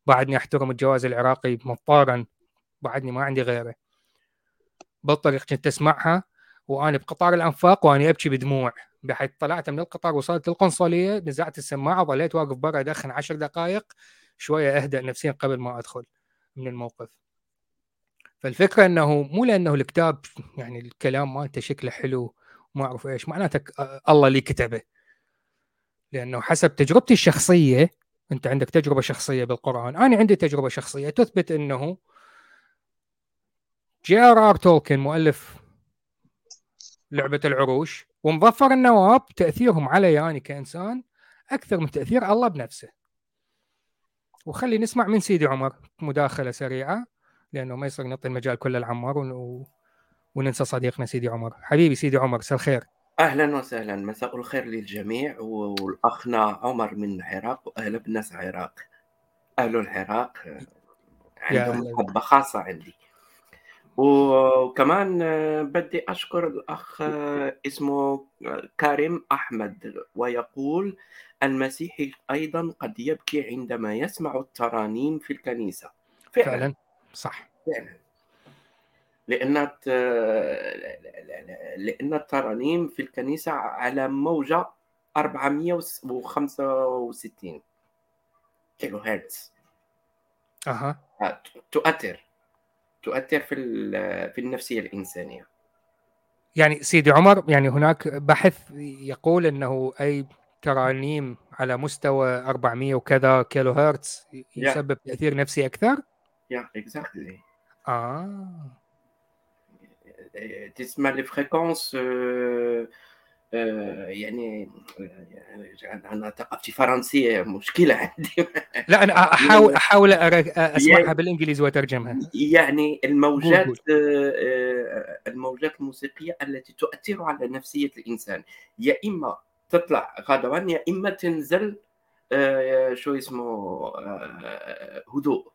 بعدني أحترم الجواز العراقي مضطرا، بعدني ما عندي غيره. بالطريق كنت أسمعها وأنا بقطار الأنفاق وأنا أبكي بدموع، بحيث طلعت من القطار وصلت القنصلية، نزعت السماعة وظليت واقف برا أدخن 10 دقائق شوية أهدأ نفسيا قبل ما أدخل من الموقف. فالفكرة أنه مو لأنه الكتاب يعني الكلام ما أنت شكله حلو ما أعرف إيش معناته الله اللي كتبه، لأنه حسب تجربتي الشخصية، أنت عندك تجربة شخصية بالقرآن، أنا عندي تجربة شخصية تثبت أنه J.R.R. تولكن مؤلف لعبة العروش ومظفر النواب تأثيرهم علي يعني كإنسان أكثر من تأثير الله بنفسه. وخلي نسمع من سيدي عمر مداخلة سريعة لأنه ما يصير نعطي المجال كله لعمار وننسى صديقنا سيدي عمر. حبيبي سيدي عمر، مساء الخير. أهلا وسهلا، مساء الخير للجميع، والأخنا عمر من العراق، وأهلا بالناس العراق. أهل العراق عندهم محبة خاصة عندي. وكمان بدي أشكر الأخ اسمه كريم أحمد، ويقول المسيحي أيضا قد يبكي عندما يسمع الترانيم في الكنيسة. فعلا صح، فعلا. لأن الترانيم في الكنيسة على موجة 465 كيلو هرتز. تؤثر في النفسية الإنسانية. يعني سيدي عمر، يعني هناك بحث يقول أنه أي ترانيم على مستوى 400 وكذا كيلو هرتز يسبب تأثير نفسي أكثر؟ exactly. تسمع لي فريكونس. يعني أنا ثقافتي فرنسية مشكلة عندي. لا أنا أحاول أسمعها بالإنجليزي وأترجمها. يعني الموجات الموسيقية التي تؤثر على نفسية الإنسان، يا إما تطلع غضبان يا إما تنزل شو اسمه هدوء.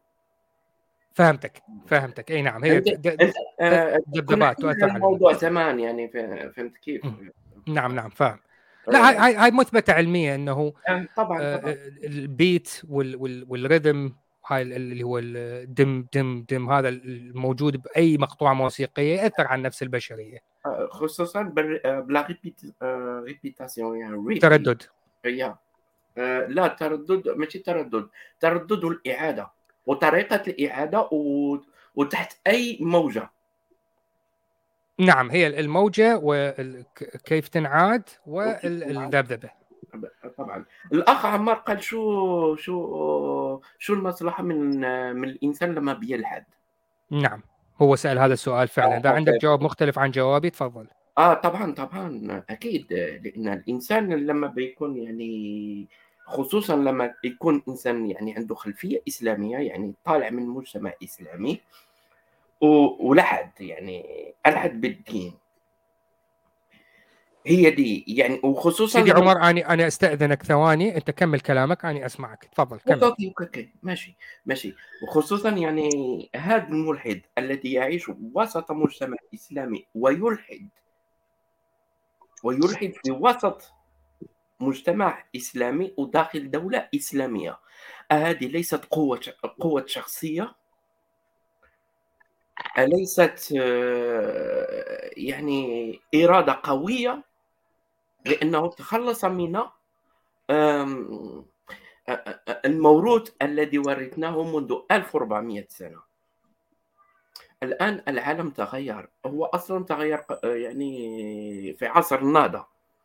فهمتك أي نعم، هي دبدبات تؤثر على الموضوع زمان، يعني فهمت كيف؟ نعم فاهم. لا هاي مثبتة علميا أنه طبعا البيت والريذم، هاي اللي هو الدم دم دم، هذا الموجود بأي مقطوعة موسيقية يأثر على النفس البشرية، خصوصا بلا ريبيتاسيون، يعني تردد. لا، تردد ماشي تردد الإعادة وطريقة الإعادة وتحت أي موجة. نعم، هي الموجة وكيف تنعاد والذبذبة. طبعا. الأخ عمار قال شو المصلحة من الإنسان لما بيلحد؟ نعم، هو سأل هذا السؤال فعلا. إذا عندك جواب مختلف عن جوابي تفضل. طبعا أكيد. لأن الإنسان لما بيكون يعني خصوصا لما يكون إنسان يعني عنده خلفية إسلامية، يعني طالع من مجتمع إسلامي ولحد، يعني ألحد بالدين، هي دي يعني. وخصوصا سيدي عمر أنا أستأذنك ثواني، أنت كمل كلامك أنا أسمعك، تفضل كمل. أوكي ماشي. وخصوصا يعني هذا الملحد الذي يعيش وسط مجتمع إسلامي ويلحد في وسط مجتمع إسلامي وداخل دولة إسلامية، هذه ليست قوة شخصية، ليست يعني إرادة قوية، لأنه تخلص من الموروث الذي ورثناه منذ 1400 سنة. الآن العالم تغير، هو أصلا تغير يعني في عصر النهضة.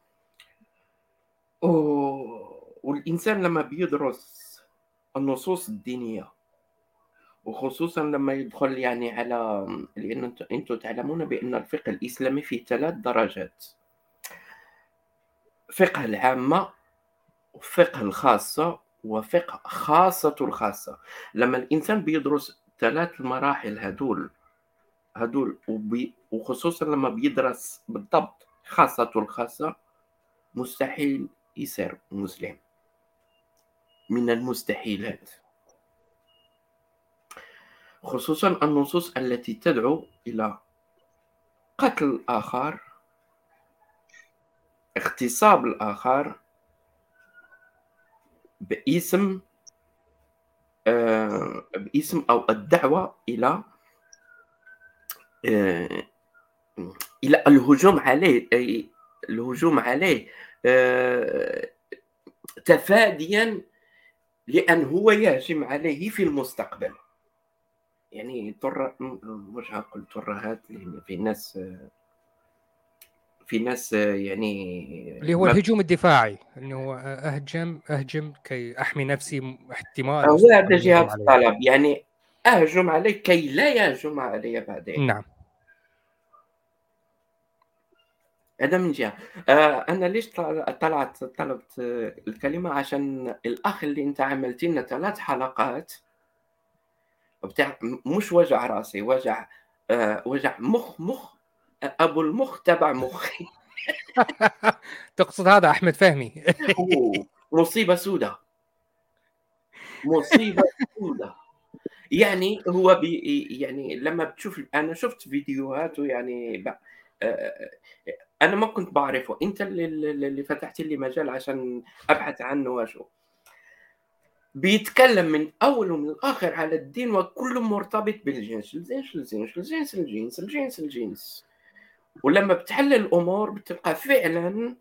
والإنسان لما بيدرس النصوص الدينية، وخصوصا لما يدخل يعني على، لأن أنتم تعلمون بأن الفقه الإسلامي فيه 3 درجات: فقه العامة، وفقه الخاصة، وفقه خاصة الخاصة. لما الإنسان بيدرس 3 المراحل هدول وخصوصا لما بيدرس بالضبط خاصة الخاصة، مستحيل يصير مسلم، من المستحيلات. خصوصا النصوص التي تدعو إلى قتل الآخر، اغتصاب الآخر باسم الاسم أو الدعوة إلى الهجوم عليه، أي الهجوم عليه تفاديا لأن هو يهجم عليه في المستقبل. يعني مش هقول ترهات، لأن في ناس يعني اللي هو الهجوم الدفاعي، انه هو اهجم كي احمي نفسي، احتمال هو هذا مستقبلا جهة يهجم علي. الطلب، يعني أهجم عليه كي لا يهجم علي بعدين. نعم. هذا من جهة. أنا ليش طلبت الكلمة؟ عشان الأخ اللي أنت عملت لنا 3 حلقات بتاع مش وجع راسي، وجع مخ أبو المخ تبع مخي. تقصد هذا أحمد فهمي؟ أوه، مصيبة سودة، مصيبة سودة. يعني هو يعني لما بتشوف، أنا شفت فيديوهاته يعني أنا ما كنت بعرفه، أنت اللي فتحت لي مجال عشان أبحث عنه وأشوف. بيتكلم من أول ومن الآخر على الدين، وكله مرتبط بالجنس، الجنس. ولما بتحلل الأمور بتلقى فعلا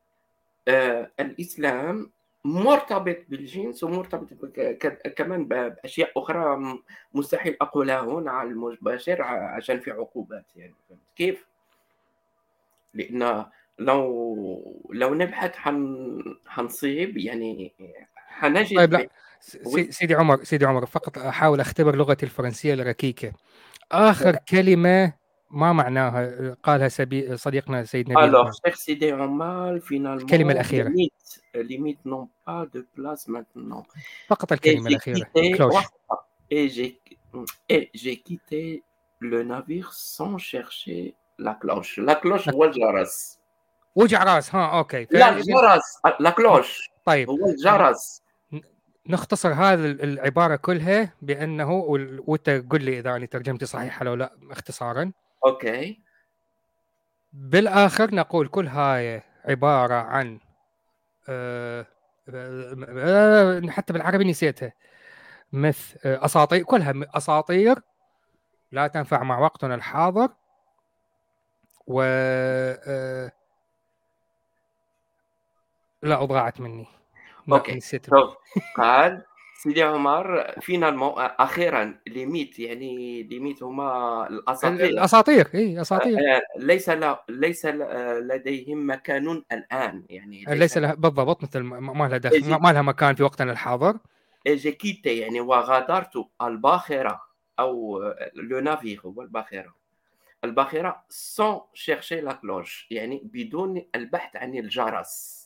الإسلام مرتبط بالجنس، ومرتبط كمان بأشياء أخرى مستحيل أقولها هنا على المباشر عشان في عقوبات. يعني فهمت كيف؟ لأن لو نبحث حنصيب، يعني حنجد. طيب لا، سيدي عمر فقط أحاول أختبر لغتي الفرنسية الركيكة. آخر كلمة ما معناها قالها صديقنا سيد نبيل Alors, هنا؟ cher Sidi Omar, الكلمة finalement, الأخيرة limite n'ont pas de place maintenant. فقط، Et الكلمة j'ai الأخيرة quitté, كلوش. et j'ai quitté le navire sans chercher la cloche. La cloche هو الجرس. وجع راس، أوكي. لا الجرس، la cloche طيب هو الجرس. نختصر هذه العبارة كلها بأنه، وأنت قل لي إذا أنا ترجمتي صحيحة لو لا اختصارا. أوكي. بالآخر نقول كل هاي عبارة عن حتى بالعربي نسيتها، مثل أساطير، كلها أساطير لا تنفع مع وقتنا الحاضر. و لا، أضاعت مني. أوكي. نسيت. قال سيدي عمر فينالمون أخيرا ليميت، يعني ليميت هما الأساطير. الأساطير، إيه أساطير. ليس لديهم مكان الآن، يعني ليس لها بالضبط، مثل ما لها دخل، ما لها مكان في وقتنا الحاضر. جيكيتي يعني وغادرت الباخرة، أو لو نافير هو الباخرة sans chercher la cloche، يعني بدون البحث عن الجرس.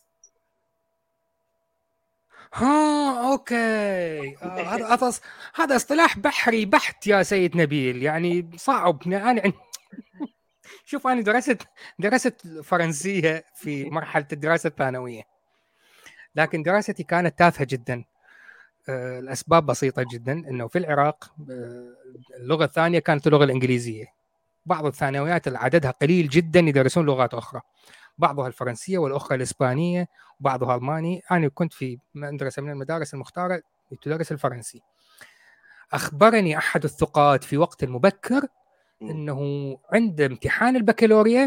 اوكي. هذا اصطلاح بحري بحت يا سيد نبيل، يعني صعب. انا شوف، انا درست فرنسيه في مرحله الدراسه الثانويه، لكن دراستي كانت تافهه جدا. الاسباب بسيطه جدا، انه في العراق اللغه الثانيه كانت اللغه الانجليزيه. بعض الثانويات عددها قليل جدا يدرسون لغات اخرى، بعضها الفرنسيه والاخرى الاسبانيه وبعضها الماني. انا كنت في مدرسه من المدارس المختاره تدرس الفرنسي. اخبرني احد الثقات في وقت مبكر انه عند امتحان البكالوريا،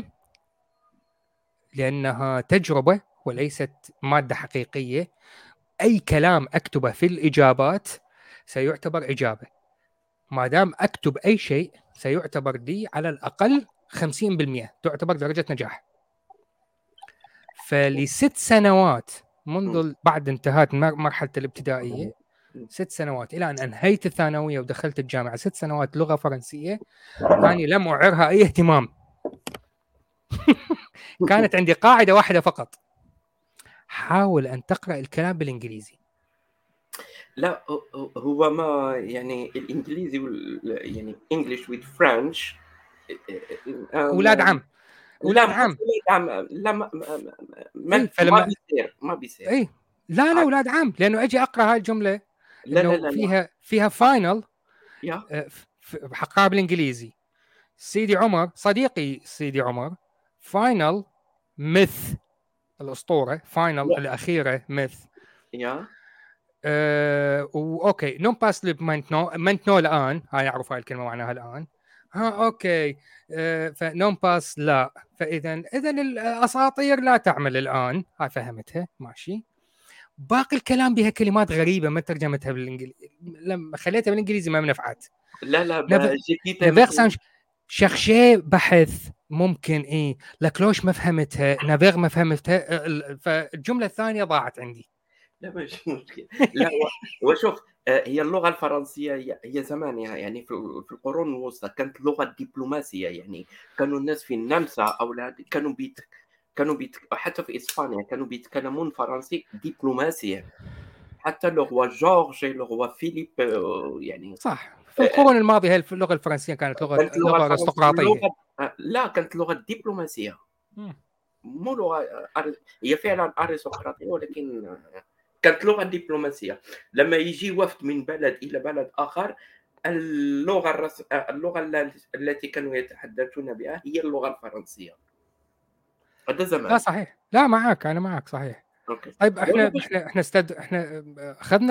لانها تجربه وليست ماده حقيقيه، اي كلام اكتبه في الاجابات سيعتبر اجابه. ما دام اكتب اي شيء سيعتبر لي على الاقل 50%، تعتبر درجه نجاح. فل6 سنوات منذ بعد انتهاء مرحله الابتدائيه، 6 سنوات الى ان انهيت الثانويه ودخلت الجامعه، 6 سنوات لغه فرنسيه، اني لم اعرها اي اهتمام. كانت عندي قاعده واحده فقط: حاول ان تقرا الكلام بالانجليزي. لا هو ما يعني الانجليزي يعني انجلش وذ فرنش اولاد عم، لا اولاد مش عم. ولاد عم، لا اي فلما ما بيصير. اي لا اولاد عم، لانه اجي اقرا هاي الجمله لا لا انه لا فيها فاينل، يا حقها بالانجليزي. سيدي عمر صديقي، سيدي عمر فاينل مث الاسطوره، فاينل لا. الاخيره مث يا اوكي نون باس ليب مانت نو الان، هاي اعرف هاي الكلمه معناها الان. اوكي. فنون باس لا، فاذا الاساطير لا تعمل الان، هاي فهمتها ماشي. باقي الكلام بها كلمات غريبه ما ترجمتها بالانجليزي، لما خليتها بالانجليزي ما منفعت. لا نافيغ شخشي بحث ممكن ايه، لكلوش ما فهمتها، نافيغ ما فهمتها، فالجمله الثانيه ضاعت عندي. لا مش مشكلة. لا وشوف، هي اللغة الفرنسية هي زمان يعني في القرون الوسطى كانت لغة دبلوماسية، يعني كانوا الناس في النمسا أولاد كانوا حتى في إسبانيا كانوا بيتكلمون فرنسي دبلوماسيا، حتى لو هو جورج لو هو فيليب يعني صح. في القرون الماضيه هي اللغه الفرنسيه كانت لغه ارستقراطيه. لا كانت لغة دبلوماسية، مو لغة هي فعلا ارستقراطية، ولكن كانت لغة دبلوماسية. لما يجي وفد من بلد إلى بلد آخر، اللغة التي كانوا يتحدثون بها هي اللغة الفرنسية. هذا زمان. لا صحيح، لا معك، انا معك صحيح. أوكي. طيب احنا اخذنا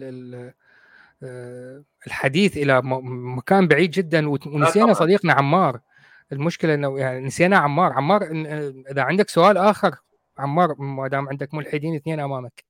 الحديث الى مكان بعيد جدا ونسينا صديقنا عمار. المشكله انه يعني نسينا عمار. اذا عندك سؤال اخر عمار، ما دام عندك ملحدين اثنين امامك.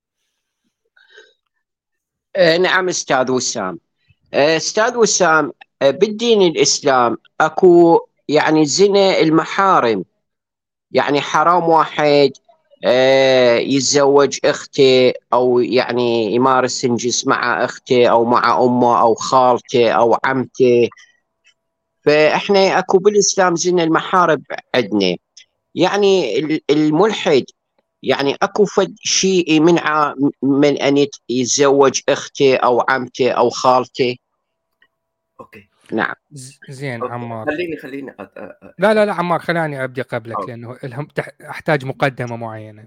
نعم استاذ وسام. استاذ وسام، بالدين الاسلام اكو يعني زنا المحارم، يعني حرام واحد يتزوج اخته او يعني يمارس الجنس مع اخته او مع امه او خالته او عمته. فاحنا اكو بالاسلام زنا المحارم عندنا، يعني الملحد يعني اكو فد شيء يمنعه من ان يتزوج اخته او عمته او خالته؟ اوكي نعم. زين عمار، خليني لا عمار، خلاني ابدي قبلك لانه احتاج مقدمه معينه.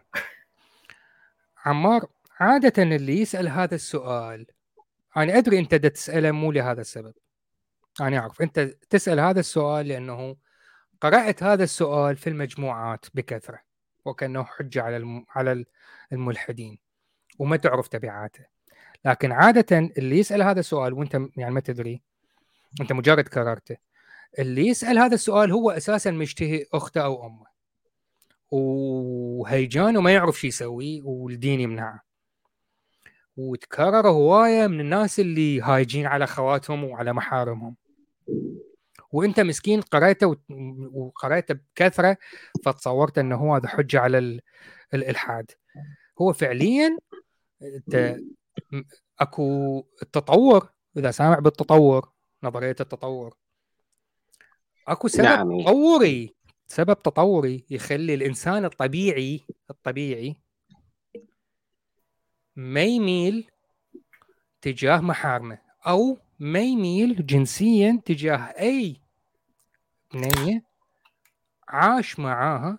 عمار، عاده اللي يسال هذا السؤال، انا ادري انت تساله مو لهذا السبب، انا اعرف انت تسال هذا السؤال لانه قرات هذا السؤال في المجموعات بكثره وكانه حجه على الملحدين وما تعرف تبعاته. لكن عاده اللي يسال هذا السؤال وانت يعني ما تدري، انت مجرد كررته، اللي يسال هذا السؤال هو اساسا مشتهي اخته او امه وهيجان وما يعرف شو يسوي والدين يمنعه. وتكرر هوايه من الناس اللي هايجين على خواتهم وعلى محارمهم، وانت مسكين قريته وقريته بكثره فتصورت انه هو هذا حجه على الالحاد. هو فعليا اكو التطور، اذا سامع بالتطور، نظريه التطور، اكو سبب نعم. تطوري، سبب تطوري يخلي الانسان الطبيعي ما يميل تجاه محارمه او ما يميل جنسيا تجاه اي بنيه عاش معاها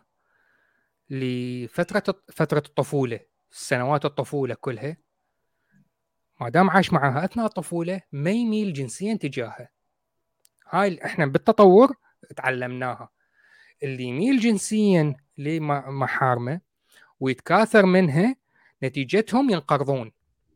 فتره الطفوله، سنوات الطفوله كلها. ما دام عاش معاها اثناء الطفوله ما يميل جنسيا تجاهها. هاي احنا بالتطور تعلمناها. اللي يميل جنسيا لمحارمه ويتكاثر منها نتيجتهم ينقرضون.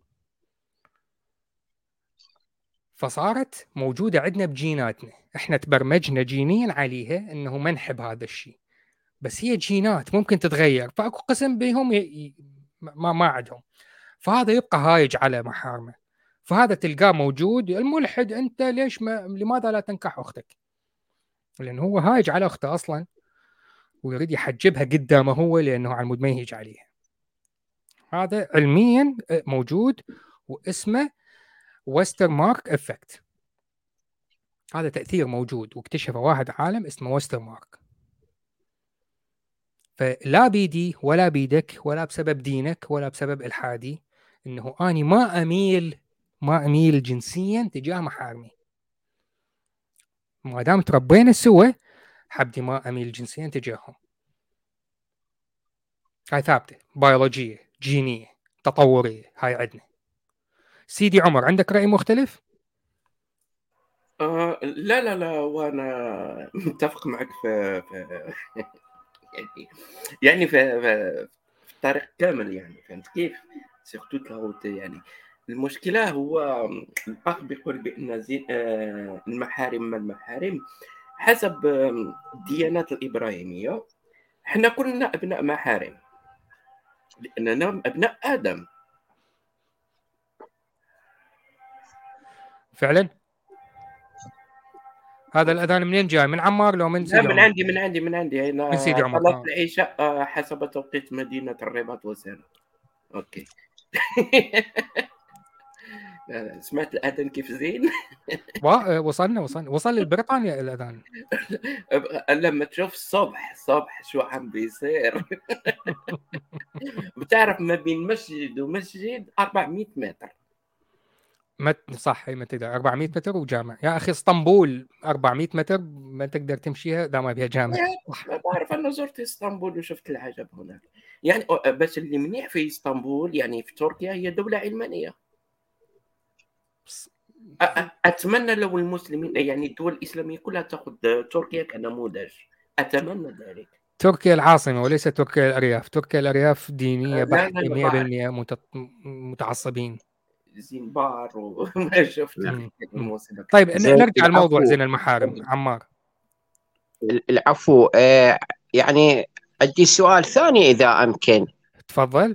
فصارت موجودة عندنا بجيناتنا، احنا تبرمجنا جينيا عليها انه ما نحب هذا الشيء، بس هي جينات ممكن تتغير، فاكو قسم بهم ما عندهم، فهذا يبقى هايج على محارمه. فهذا تلقاه موجود. الملحد انت ليش لماذا لا تنكح اختك؟ لانه هو هايج على اخته اصلا ويريد يحجبها قدامه هو لانه على المود ما يهيج عليها. هذا علميا موجود واسمه وسترمارك افكت. هذا تأثير موجود واكتشفه واحد عالم اسمه وسترمارك. فلا بيدي ولا بيدك ولا بسبب دينك ولا بسبب إلحادي إنه أنا ما أميل جنسيا تجاه محارمي. ما دام تربينا سوا حبدي ما أميل جنسيا تجاههم. هاي ثابتة، بيولوجية، جينية، تطورية، هاي عندنا. سيدي عمر، عندك رأي مختلف؟ لا وانا متفق معك في يعني في الطريق كامل، يعني فهمت كيف؟ سيرتو يعني المشكلة هو الأخ بيقول بأن المحارم ما المحارم حسب الديانات الإبراهيمية. احنا كلنا أبناء محارم لأننا أبناء آدم. فعلا. هذا الأذان منين جاي؟ من عمار لو من لا، سيدي من عمر؟ عندي من عندي من عندي من سيدي أنا عمر. صلاة العشاء حسب توقيت مدينة الرباط وسنة. أوكي. سمعت الأذان كيف زين. وصلنا وصل لبريطانيا الأذان. لما تشوف الصبح شو عم بيصير. بتعرف ما بين مسجد ومسجد 400 متر. صح، ما تقدر 400 متر وجامع يا أخي. اسطنبول 400 متر ما تقدر تمشيها إذا ما فيها جامع. ما بعرف، أنا زرت اسطنبول وشفت العجب هناك يعني. بس اللي منيح في اسطنبول يعني في تركيا هي دولة علمانية. أتمنى لو المسلمين يعني الدول الإسلامية كلها تأخذ تركيا كنموذج. أتمنى ذلك. تركيا العاصمة وليس تركيا الأرياف. تركيا الأرياف دينية بحتة لا 100% متعصبين. زنبار وما شفت الموسيقى. طيب نرجع الموضوع العفو. زين المحارم. عمار. العفو. يعني عندي سؤال ثاني إذا أمكن. تفضل.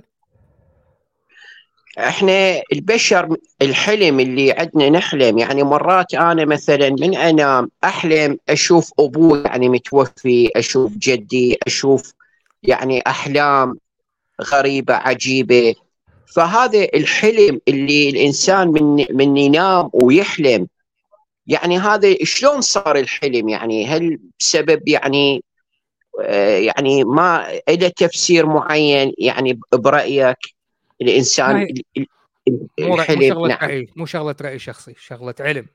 احنا البشر الحلم اللي عندنا نحلم، يعني مرات انا مثلا من انام احلم اشوف ابوي يعني متوفي، اشوف جدي، اشوف يعني احلام غريبة عجيبة. فهذا الحلم اللي الانسان من ينام ويحلم، يعني هذا شلون صار الحلم؟ يعني هل بسبب يعني ما له تفسير معين يعني برأيك الانسان مو الحلم؟ شغلة نعم. رأي، مو شغلة رأي شخصي، شغلة علم.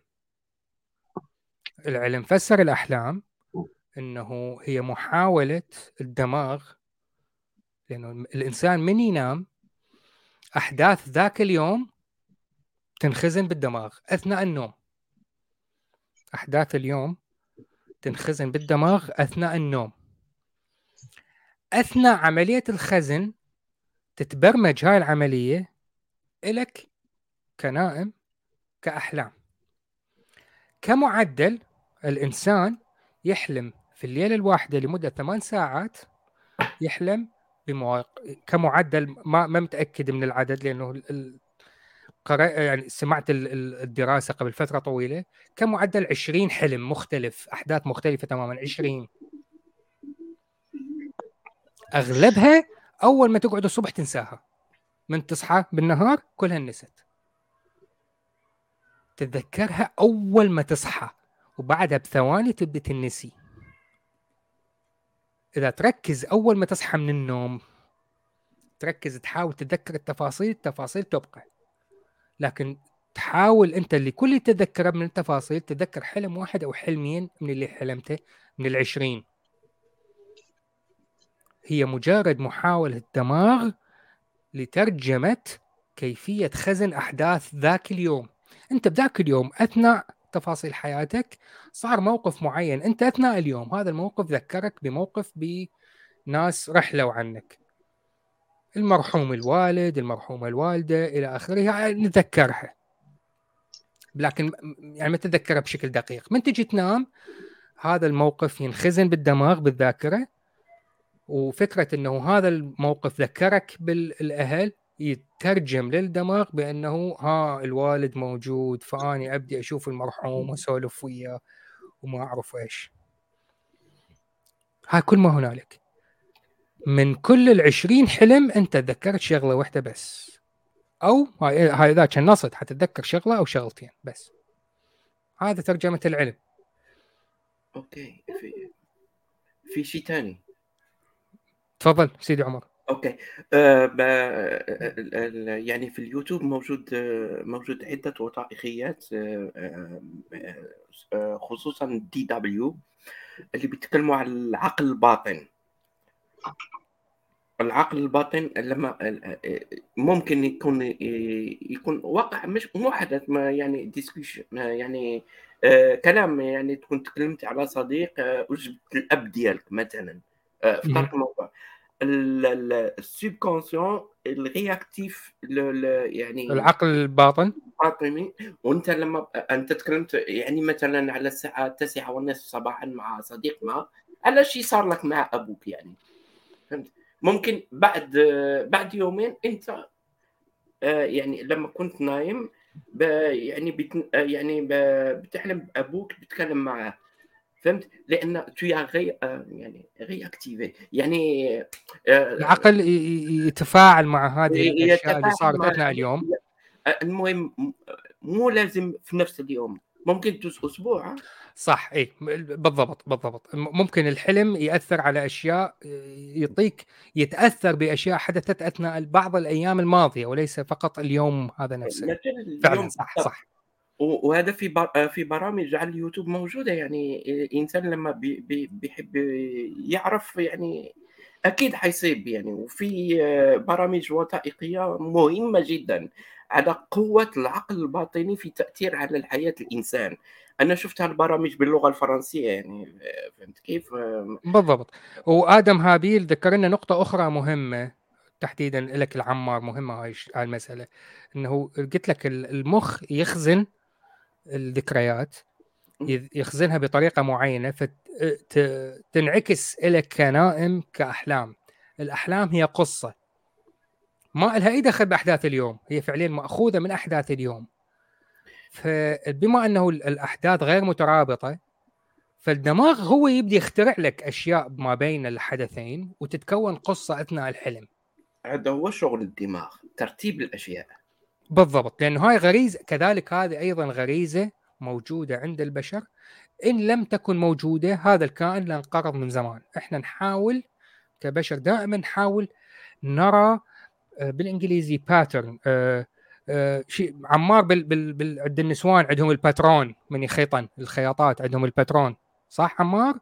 العلم فسر الأحلام إنه هي محاولة الدماغ، لأنه الإنسان من ينام أحداث ذاك اليوم تنخزن بالدماغ أثناء النوم. أحداث اليوم تنخزن بالدماغ أثناء النوم. أثناء عملية الخزن تتبرمج هاي العملية إلك كنائم كأحلام. كمعدل الإنسان يحلم في الليلة الواحدة لمدة 8 ساعات، يحلم كمعدل. ما متأكد من العدد لأنه يعني سمعت الدراسة قبل فترة طويلة. كمعدل 20 حلم مختلف، أحداث مختلفة تماما. 20 أغلبها أول ما تقعد الصبح تنساها، من تصحى بالنهار كلها نست. تتذكرها أول ما تصحى وبعدها بثواني تبدأ تنسي. إذا تركز أول ما تصحى من النوم، تركز تحاول تتذكر التفاصيل تبقى. لكن تحاول أنت اللي كل اللي تتذكره من التفاصيل تتذكر حلم واحد أو حلمين من اللي حلمته من 20. هي مجرد محاولة الدماغ لترجمة كيفية خزن أحداث ذاك اليوم. أنت بذاك اليوم أثناء تفاصيل حياتك صار موقف معين، أنت أثناء اليوم هذا الموقف ذكرك بموقف بناس رحلوا عنك، المرحوم الوالد، المرحومة الوالدة إلى آخره، نتذكرها لكن يعني ما تتذكرها بشكل دقيق. من تجي تنام هذا الموقف ينخزن بالدماغ بالذاكرة، وفكرة أنه هذا الموقف ذكرك بالأهل يترجم للدماغ بأنه الوالد موجود، فأني أبدي أشوف المرحوم وأسولف وياه وما أعرف إيش. كل ما هنالك. من كل 20 حلم أنت تذكرت شغلة واحدة بس، أو هاي إذا كان نصت حتتذكر شغلة أو شغلتين بس. هذا ترجمة العلم. أوكي. في شيء ثاني. تفضل سيدي عمر. اوكي. يعني في اليوتيوب موجود عدة وثائقيات، خصوصا DW اللي بيتكلموا عن العقل الباطن. العقل الباطن لما ممكن يكون واقع، مش مو حدث، ما يعني ديسكشن، يعني كلام، يعني تكون تكلمت على صديق وجبت الاب ديالك مثلا، افترض موضوع السبكونسيون الرياكتيف يعني العقل الباطن. الباطني. وانت لما انت تكلمت يعني مثلا على الساعه 9:30 صباحا مع صديق ما على شيء صار لك مع ابوك، يعني فهمت، ممكن بعد يومين انت يعني لما كنت نايم يعني يعني بتحلم بابوك، بتكلم معه، فهمت، لان غير يعني رياكتيفي، يعني العقل يتفاعل مع هذه الاشياء اللي يتفاعل صارت مع اثناء اليوم. المهم مو لازم في نفس اليوم، ممكن اسبوع. صح، اي بالضبط. ممكن الحلم ياثر على اشياء، يتاثر باشياء حدثت اثناء بعض الايام الماضيه وليس فقط اليوم هذا نفسه. مثل فعلا اليوم صح. وهذا في برامج على اليوتيوب موجودة، يعني الإنسان لما بيحب يعرف يعني أكيد حيصيب يعني. وفي برامج وثائقية مهمة جدا على قوة العقل الباطني في تأثير على الحياة الإنسان. أنا شفت هالبرامج باللغة الفرنسية، يعني فهمت كيف؟ بالضبط. وادم هابيل ذكر لنا نقطه اخرى مهمه تحديدا لك العمار، مهمه هاي المساله، انه قلت لك المخ يخزن الذكريات، يخزنها بطريقه معينه فتنعكس لك كنائم كاحلام. الاحلام هي قصه ما لها اي دخل باحداث اليوم، هي فعليا ماخوذه من احداث اليوم. فبما انه الاحداث غير مترابطه، فالدماغ هو يبدي يخترع لك اشياء ما بين الحدثين وتتكون قصه اثناء الحلم. هذا هو شغل الدماغ، ترتيب الأشياء. بالضبط، لانه هاي غريزه، كذلك هذه ايضا غريزه موجوده عند البشر. ان لم تكن موجوده هذا الكائن لانقرض من زمان. احنا نحاول كبشر دائما نحاول نرى بالانجليزي باترن، شيء عمار عند النسوان عندهم الباترون من يخيطن، الخياطات عندهم الباترون، صح عمار؟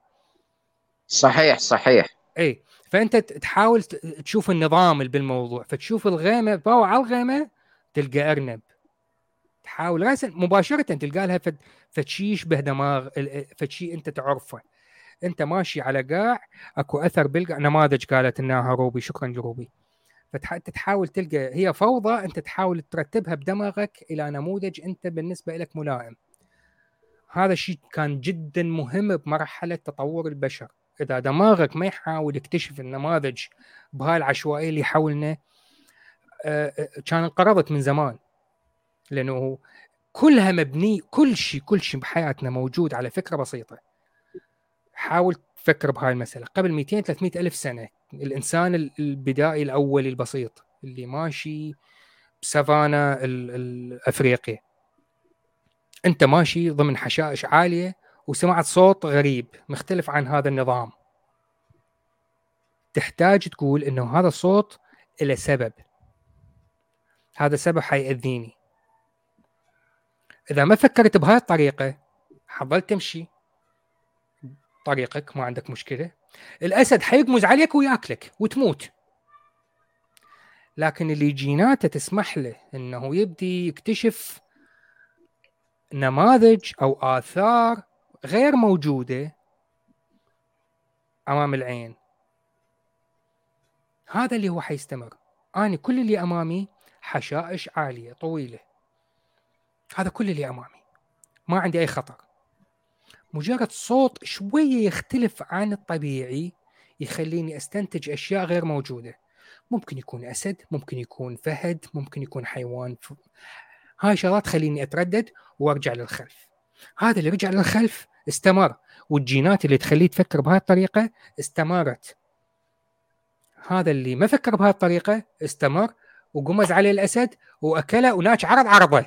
صحيح. اي، فانت تحاول تشوف النظام اللي بالموضوع، فتشوف الغيمه، باو على الغيمه تلقى ارنب، تحاول راسا مباشره تلقى لها فتشي يشبه دماغ، فتشي انت تعرفه. انت ماشي على قاع اكو اثر بالقاع، نماذج قالت انها روبي، شكرا لروبي. فتحاول تلقى هي فوضى، انت تحاول ترتبها بدماغك الى نموذج انت بالنسبه لك ملائم. هذا الشيء كان جدا مهم بمرحله تطور البشر. اذا دماغك ما يحاول يكتشف النماذج بهاي العشوائيه اللي حولنا، كان انقرضت من زمان. لانه كلها مبني، كل شيء بحياتنا موجود على فكره بسيطه. حاول تفكر بهاي المساله. قبل 200 300 الف سنه الانسان البدائي الاولي البسيط اللي ماشي بسافانا الافريقيا، انت ماشي ضمن حشائش عاليه وسمعت صوت غريب مختلف عن هذا النظام، تحتاج تقول انه هذا الصوت له سبب، هذا سبب حيأذيني. اذا ما فكرت بهاي الطريقه حظلت تمشي طريقك، ما عندك مشكله، الاسد حيقمز عليك وياكلك وتموت. لكن اللي جيناته تسمح له انه يبدي يكتشف نماذج او اثار غير موجوده امام العين، هذا اللي هو حيستمر. أنا كل اللي أمامي حشائش عالية طويلة، هذا كل اللي أمامي، ما عندي أي خطر. مجرد صوت شوية يختلف عن الطبيعي يخليني أستنتج أشياء غير موجودة. ممكن يكون أسد، ممكن يكون فهد، ممكن يكون حيوان هاي شغلات خليني أتردد وأرجع للخلف. هذا اللي رجع للخلف استمر، والجينات اللي تخليه تفكر بهاي الطريقة استمرت. هذا اللي ما فكر بهذه الطريقة استمر وقمز عليه الأسد وأكله وناش عرضه.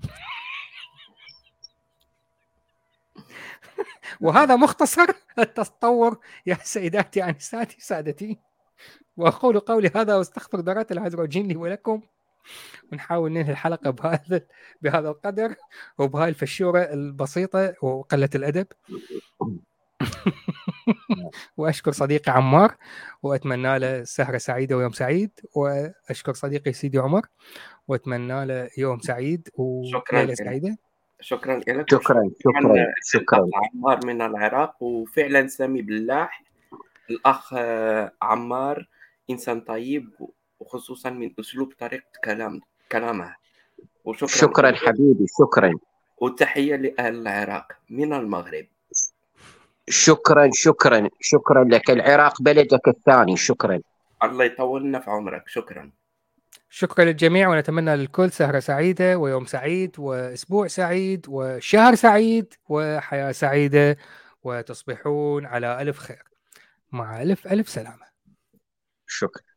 وهذا مختصر التطور يا سيداتي أنساتي سادتي. وأقول قولي هذا واستغفر ذرات الهيدروجين لي ولكم، ونحاول ننهي الحلقة بهذا القدر وبهاي الفشورة البسيطة وقلة الأدب. وأشكر صديقي عمار وأتمنى له سهرة سعيدة ويوم سعيد، وأشكر صديقي سيدي عمر وأتمنى له يوم سعيد وليلة سعيدة. شكرا لك. شكرا. عمار من العراق، وفعلا سامي بلاح الأخ عمار إنسان طيب، وخصوصا من أسلوب طريقة كلامه. وشكرا شكرا حبيبي، شكرا. وتحية لأهل العراق من المغرب. شكرا شكرا شكرا لك. العراق بلدك الثاني. شكرا. الله يطول لنا في عمرك. شكرا. شكرا للجميع، ونتمنى للكل سهرة سعيدة ويوم سعيد وأسبوع سعيد وشهر سعيد وحياة سعيدة، وتصبحون على ألف خير. مع ألف سلامة. شكرا.